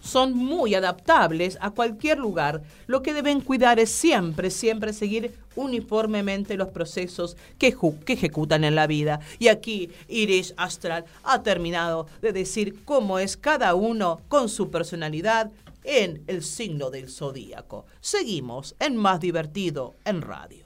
son muy adaptables a cualquier lugar. Lo que deben cuidar es siempre, siempre seguir uniformemente los procesos que, que ejecutan en la vida. Y aquí Iris Astral ha terminado de decir cómo es cada uno con su personalidad en el signo del zodíaco. Seguimos en Más Divertido en Radio.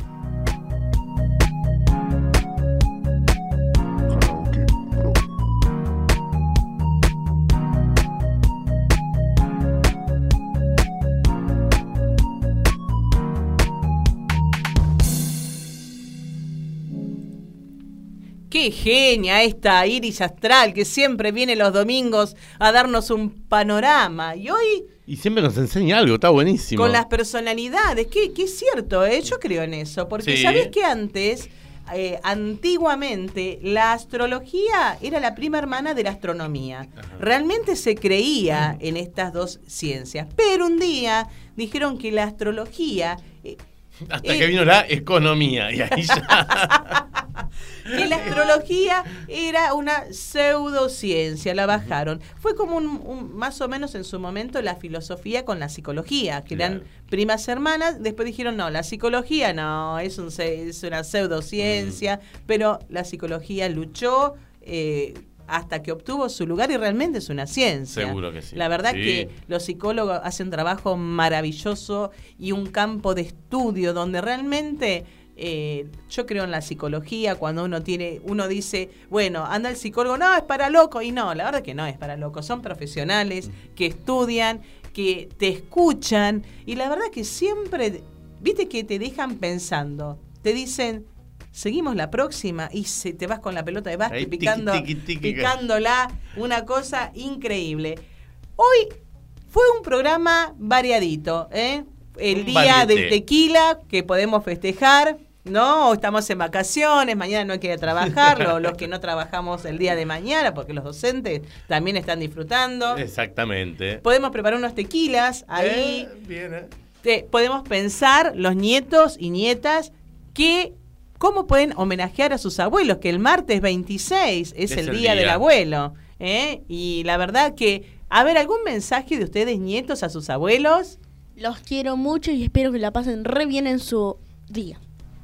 Qué genia esta Iris Astral que siempre viene los domingos a darnos un panorama. Y hoy... Y siempre nos enseña algo, está buenísimo. Con las personalidades, que, que es cierto, ¿eh? Yo creo en eso. Porque Sí. ¿sabés que antes, eh, antiguamente, la astrología era la prima hermana de la astronomía? Realmente se creía en estas dos ciencias. Pero un día dijeron que la astrología... eh, Hasta eh, que vino la economía y ahí ya... que la astrología era una pseudociencia, la bajaron. Fue como un, un- más o menos en su momento la filosofía con la psicología, que eran primas hermanas. Después dijeron, no, la psicología no, es, un, ce- es una pseudociencia, pero la psicología luchó eh, hasta que obtuvo su lugar y realmente es una ciencia. Seguro que sí. La verdad Sí. que los psicólogos hacen un trabajo maravilloso y un campo de estudio donde realmente... Eh, yo creo en la psicología. Cuando uno tiene, uno dice, bueno, anda el psicólogo, no, es para loco. Y no, la verdad que no es para loco. Son profesionales que estudian, que te escuchan. Y la verdad que siempre, viste que te dejan pensando. Te dicen, seguimos la próxima. Y se, te vas con la pelota de básquet Ahí, picando, tiqui, tiqui, tiqui. picándola. Una cosa increíble. Hoy fue un programa variadito, ¿eh? El Un día variete. del tequila que podemos festejar, ¿no? O estamos en vacaciones, mañana no hay que ir a trabajar, lo- los que no trabajamos el día de mañana, porque los docentes también están disfrutando. Exactamente. Podemos preparar unos tequilas ahí. Eh, bien, eh. Te- podemos pensar, los nietos y nietas, que cómo pueden homenajear a sus abuelos, que el martes veintiséis es, Es el, el día, día. del abuelo. ¿eh? Y la verdad que, a ver, ¿algún mensaje de ustedes, nietos, a sus abuelos? Los quiero mucho y espero que la pasen re bien en su día.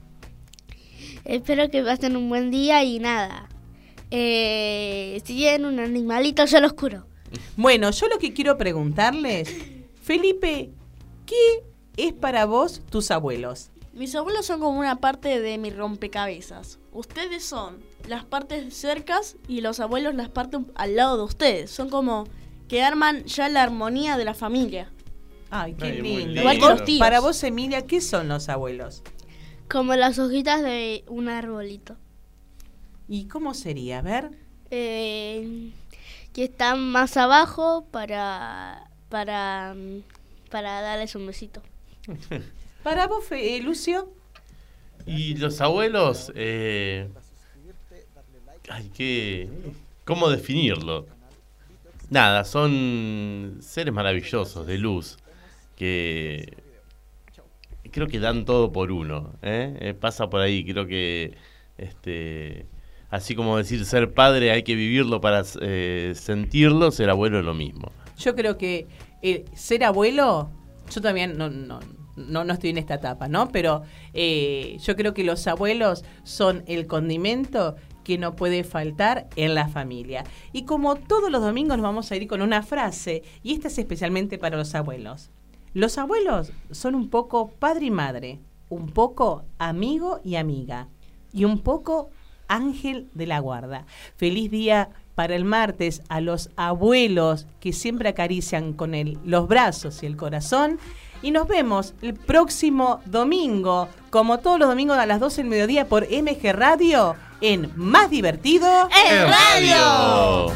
Espero que pasen un buen día y nada. Eh, si tienen un animalito, yo los curo. Bueno, yo lo que quiero preguntarles, Felipe, ¿qué es para vos tus abuelos? Mis abuelos son como una parte de mi rompecabezas. Ustedes son las partes cercas y los abuelos las partes al lado de ustedes. Son como que arman ya la armonía de la familia. Ay, qué Ay, muy lindo. lindo. Igual que los tíos. Para vos, Emilia, ¿qué son los abuelos? Como las hojitas de un arbolito. ¿Y cómo sería? A ver. Eh, que están más abajo para, para, mm, para darles un besito. Para vos, Fe- eh, Lucio. Y los abuelos, eh, ay, qué, ¿cómo definirlo? Nada, son seres maravillosos, de luz, que creo que dan todo por uno, ¿eh? Eh, pasa por ahí, creo que, este, así como decir ser padre hay que vivirlo para eh, sentirlo, ser abuelo es lo mismo. Yo creo que eh, ser abuelo, yo también no, no, no, no estoy en esta etapa, ¿no? Pero eh, yo creo que los abuelos son el condimento que no puede faltar en la familia. Y como todos los domingos nos vamos a ir con una frase, y esta es especialmente para los abuelos. Los abuelos son un poco padre y madre, un poco amigo y amiga, y un poco ángel de la guarda. Feliz día para el martes a los abuelos que siempre acarician con el, los brazos y el corazón. Y nos vemos el próximo domingo, como todos los domingos a las doce del mediodía por M G Radio, en Más Divertido en Radio.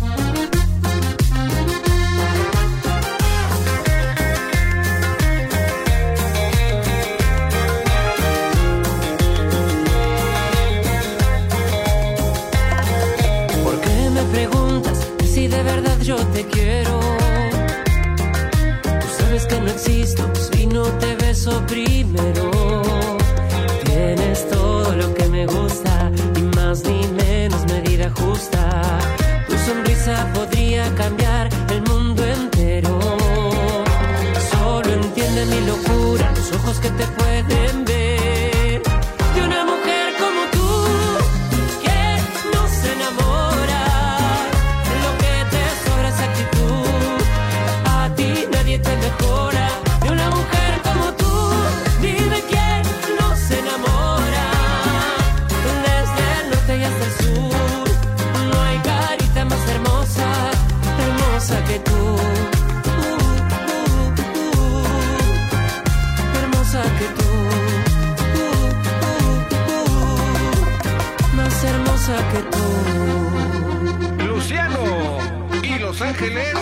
¿Por qué me preguntas si de verdad yo te quiero? Tú sabes que no existo si no te beso primero. Tienes todo lo que me gusta y más ni menos medida justa. Tu sonrisa podría cambiar el mundo entero. de mi locura, los ojos que te pueden ver. De una mujer como tú, que no se enamora. Lo que te sobra es actitud, a ti nadie te mejora. De una mujer como tú, dime quién no se enamora. Desde el norte y hasta el sur, no hay carita más hermosa, hermosa que tú. Que tú, uh, uh, uh, más hermosa que tú. Luciano y Los Ángeles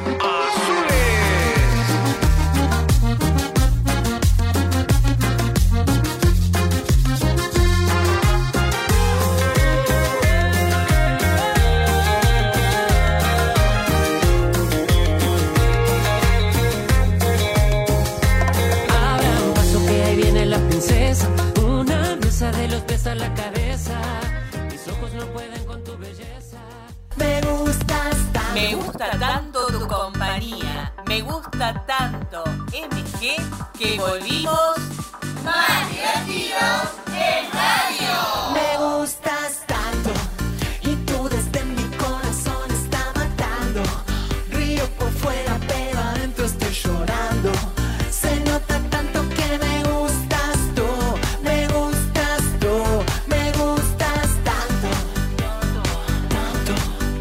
una diosa de los pies a la cabeza. Mis ojos no pueden con tu belleza. Me gustas tanto. Me gusta tanto tu compañía. Me gusta tanto M G que volvimos más divertidos en radio. Me gustas tanto y tú desde mi corazón está matando. Río por fuera pero adentro estoy llorando. Se nota tanto que me gustas tú, me gustas tú, me gustas tanto, tanto,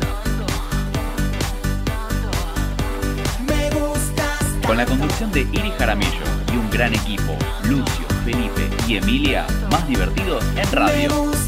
me gustas tanto. Con la conducción de Iris Jaramillo y un gran equipo, Lucio, Felipe y Emilia, más divertidos en radio.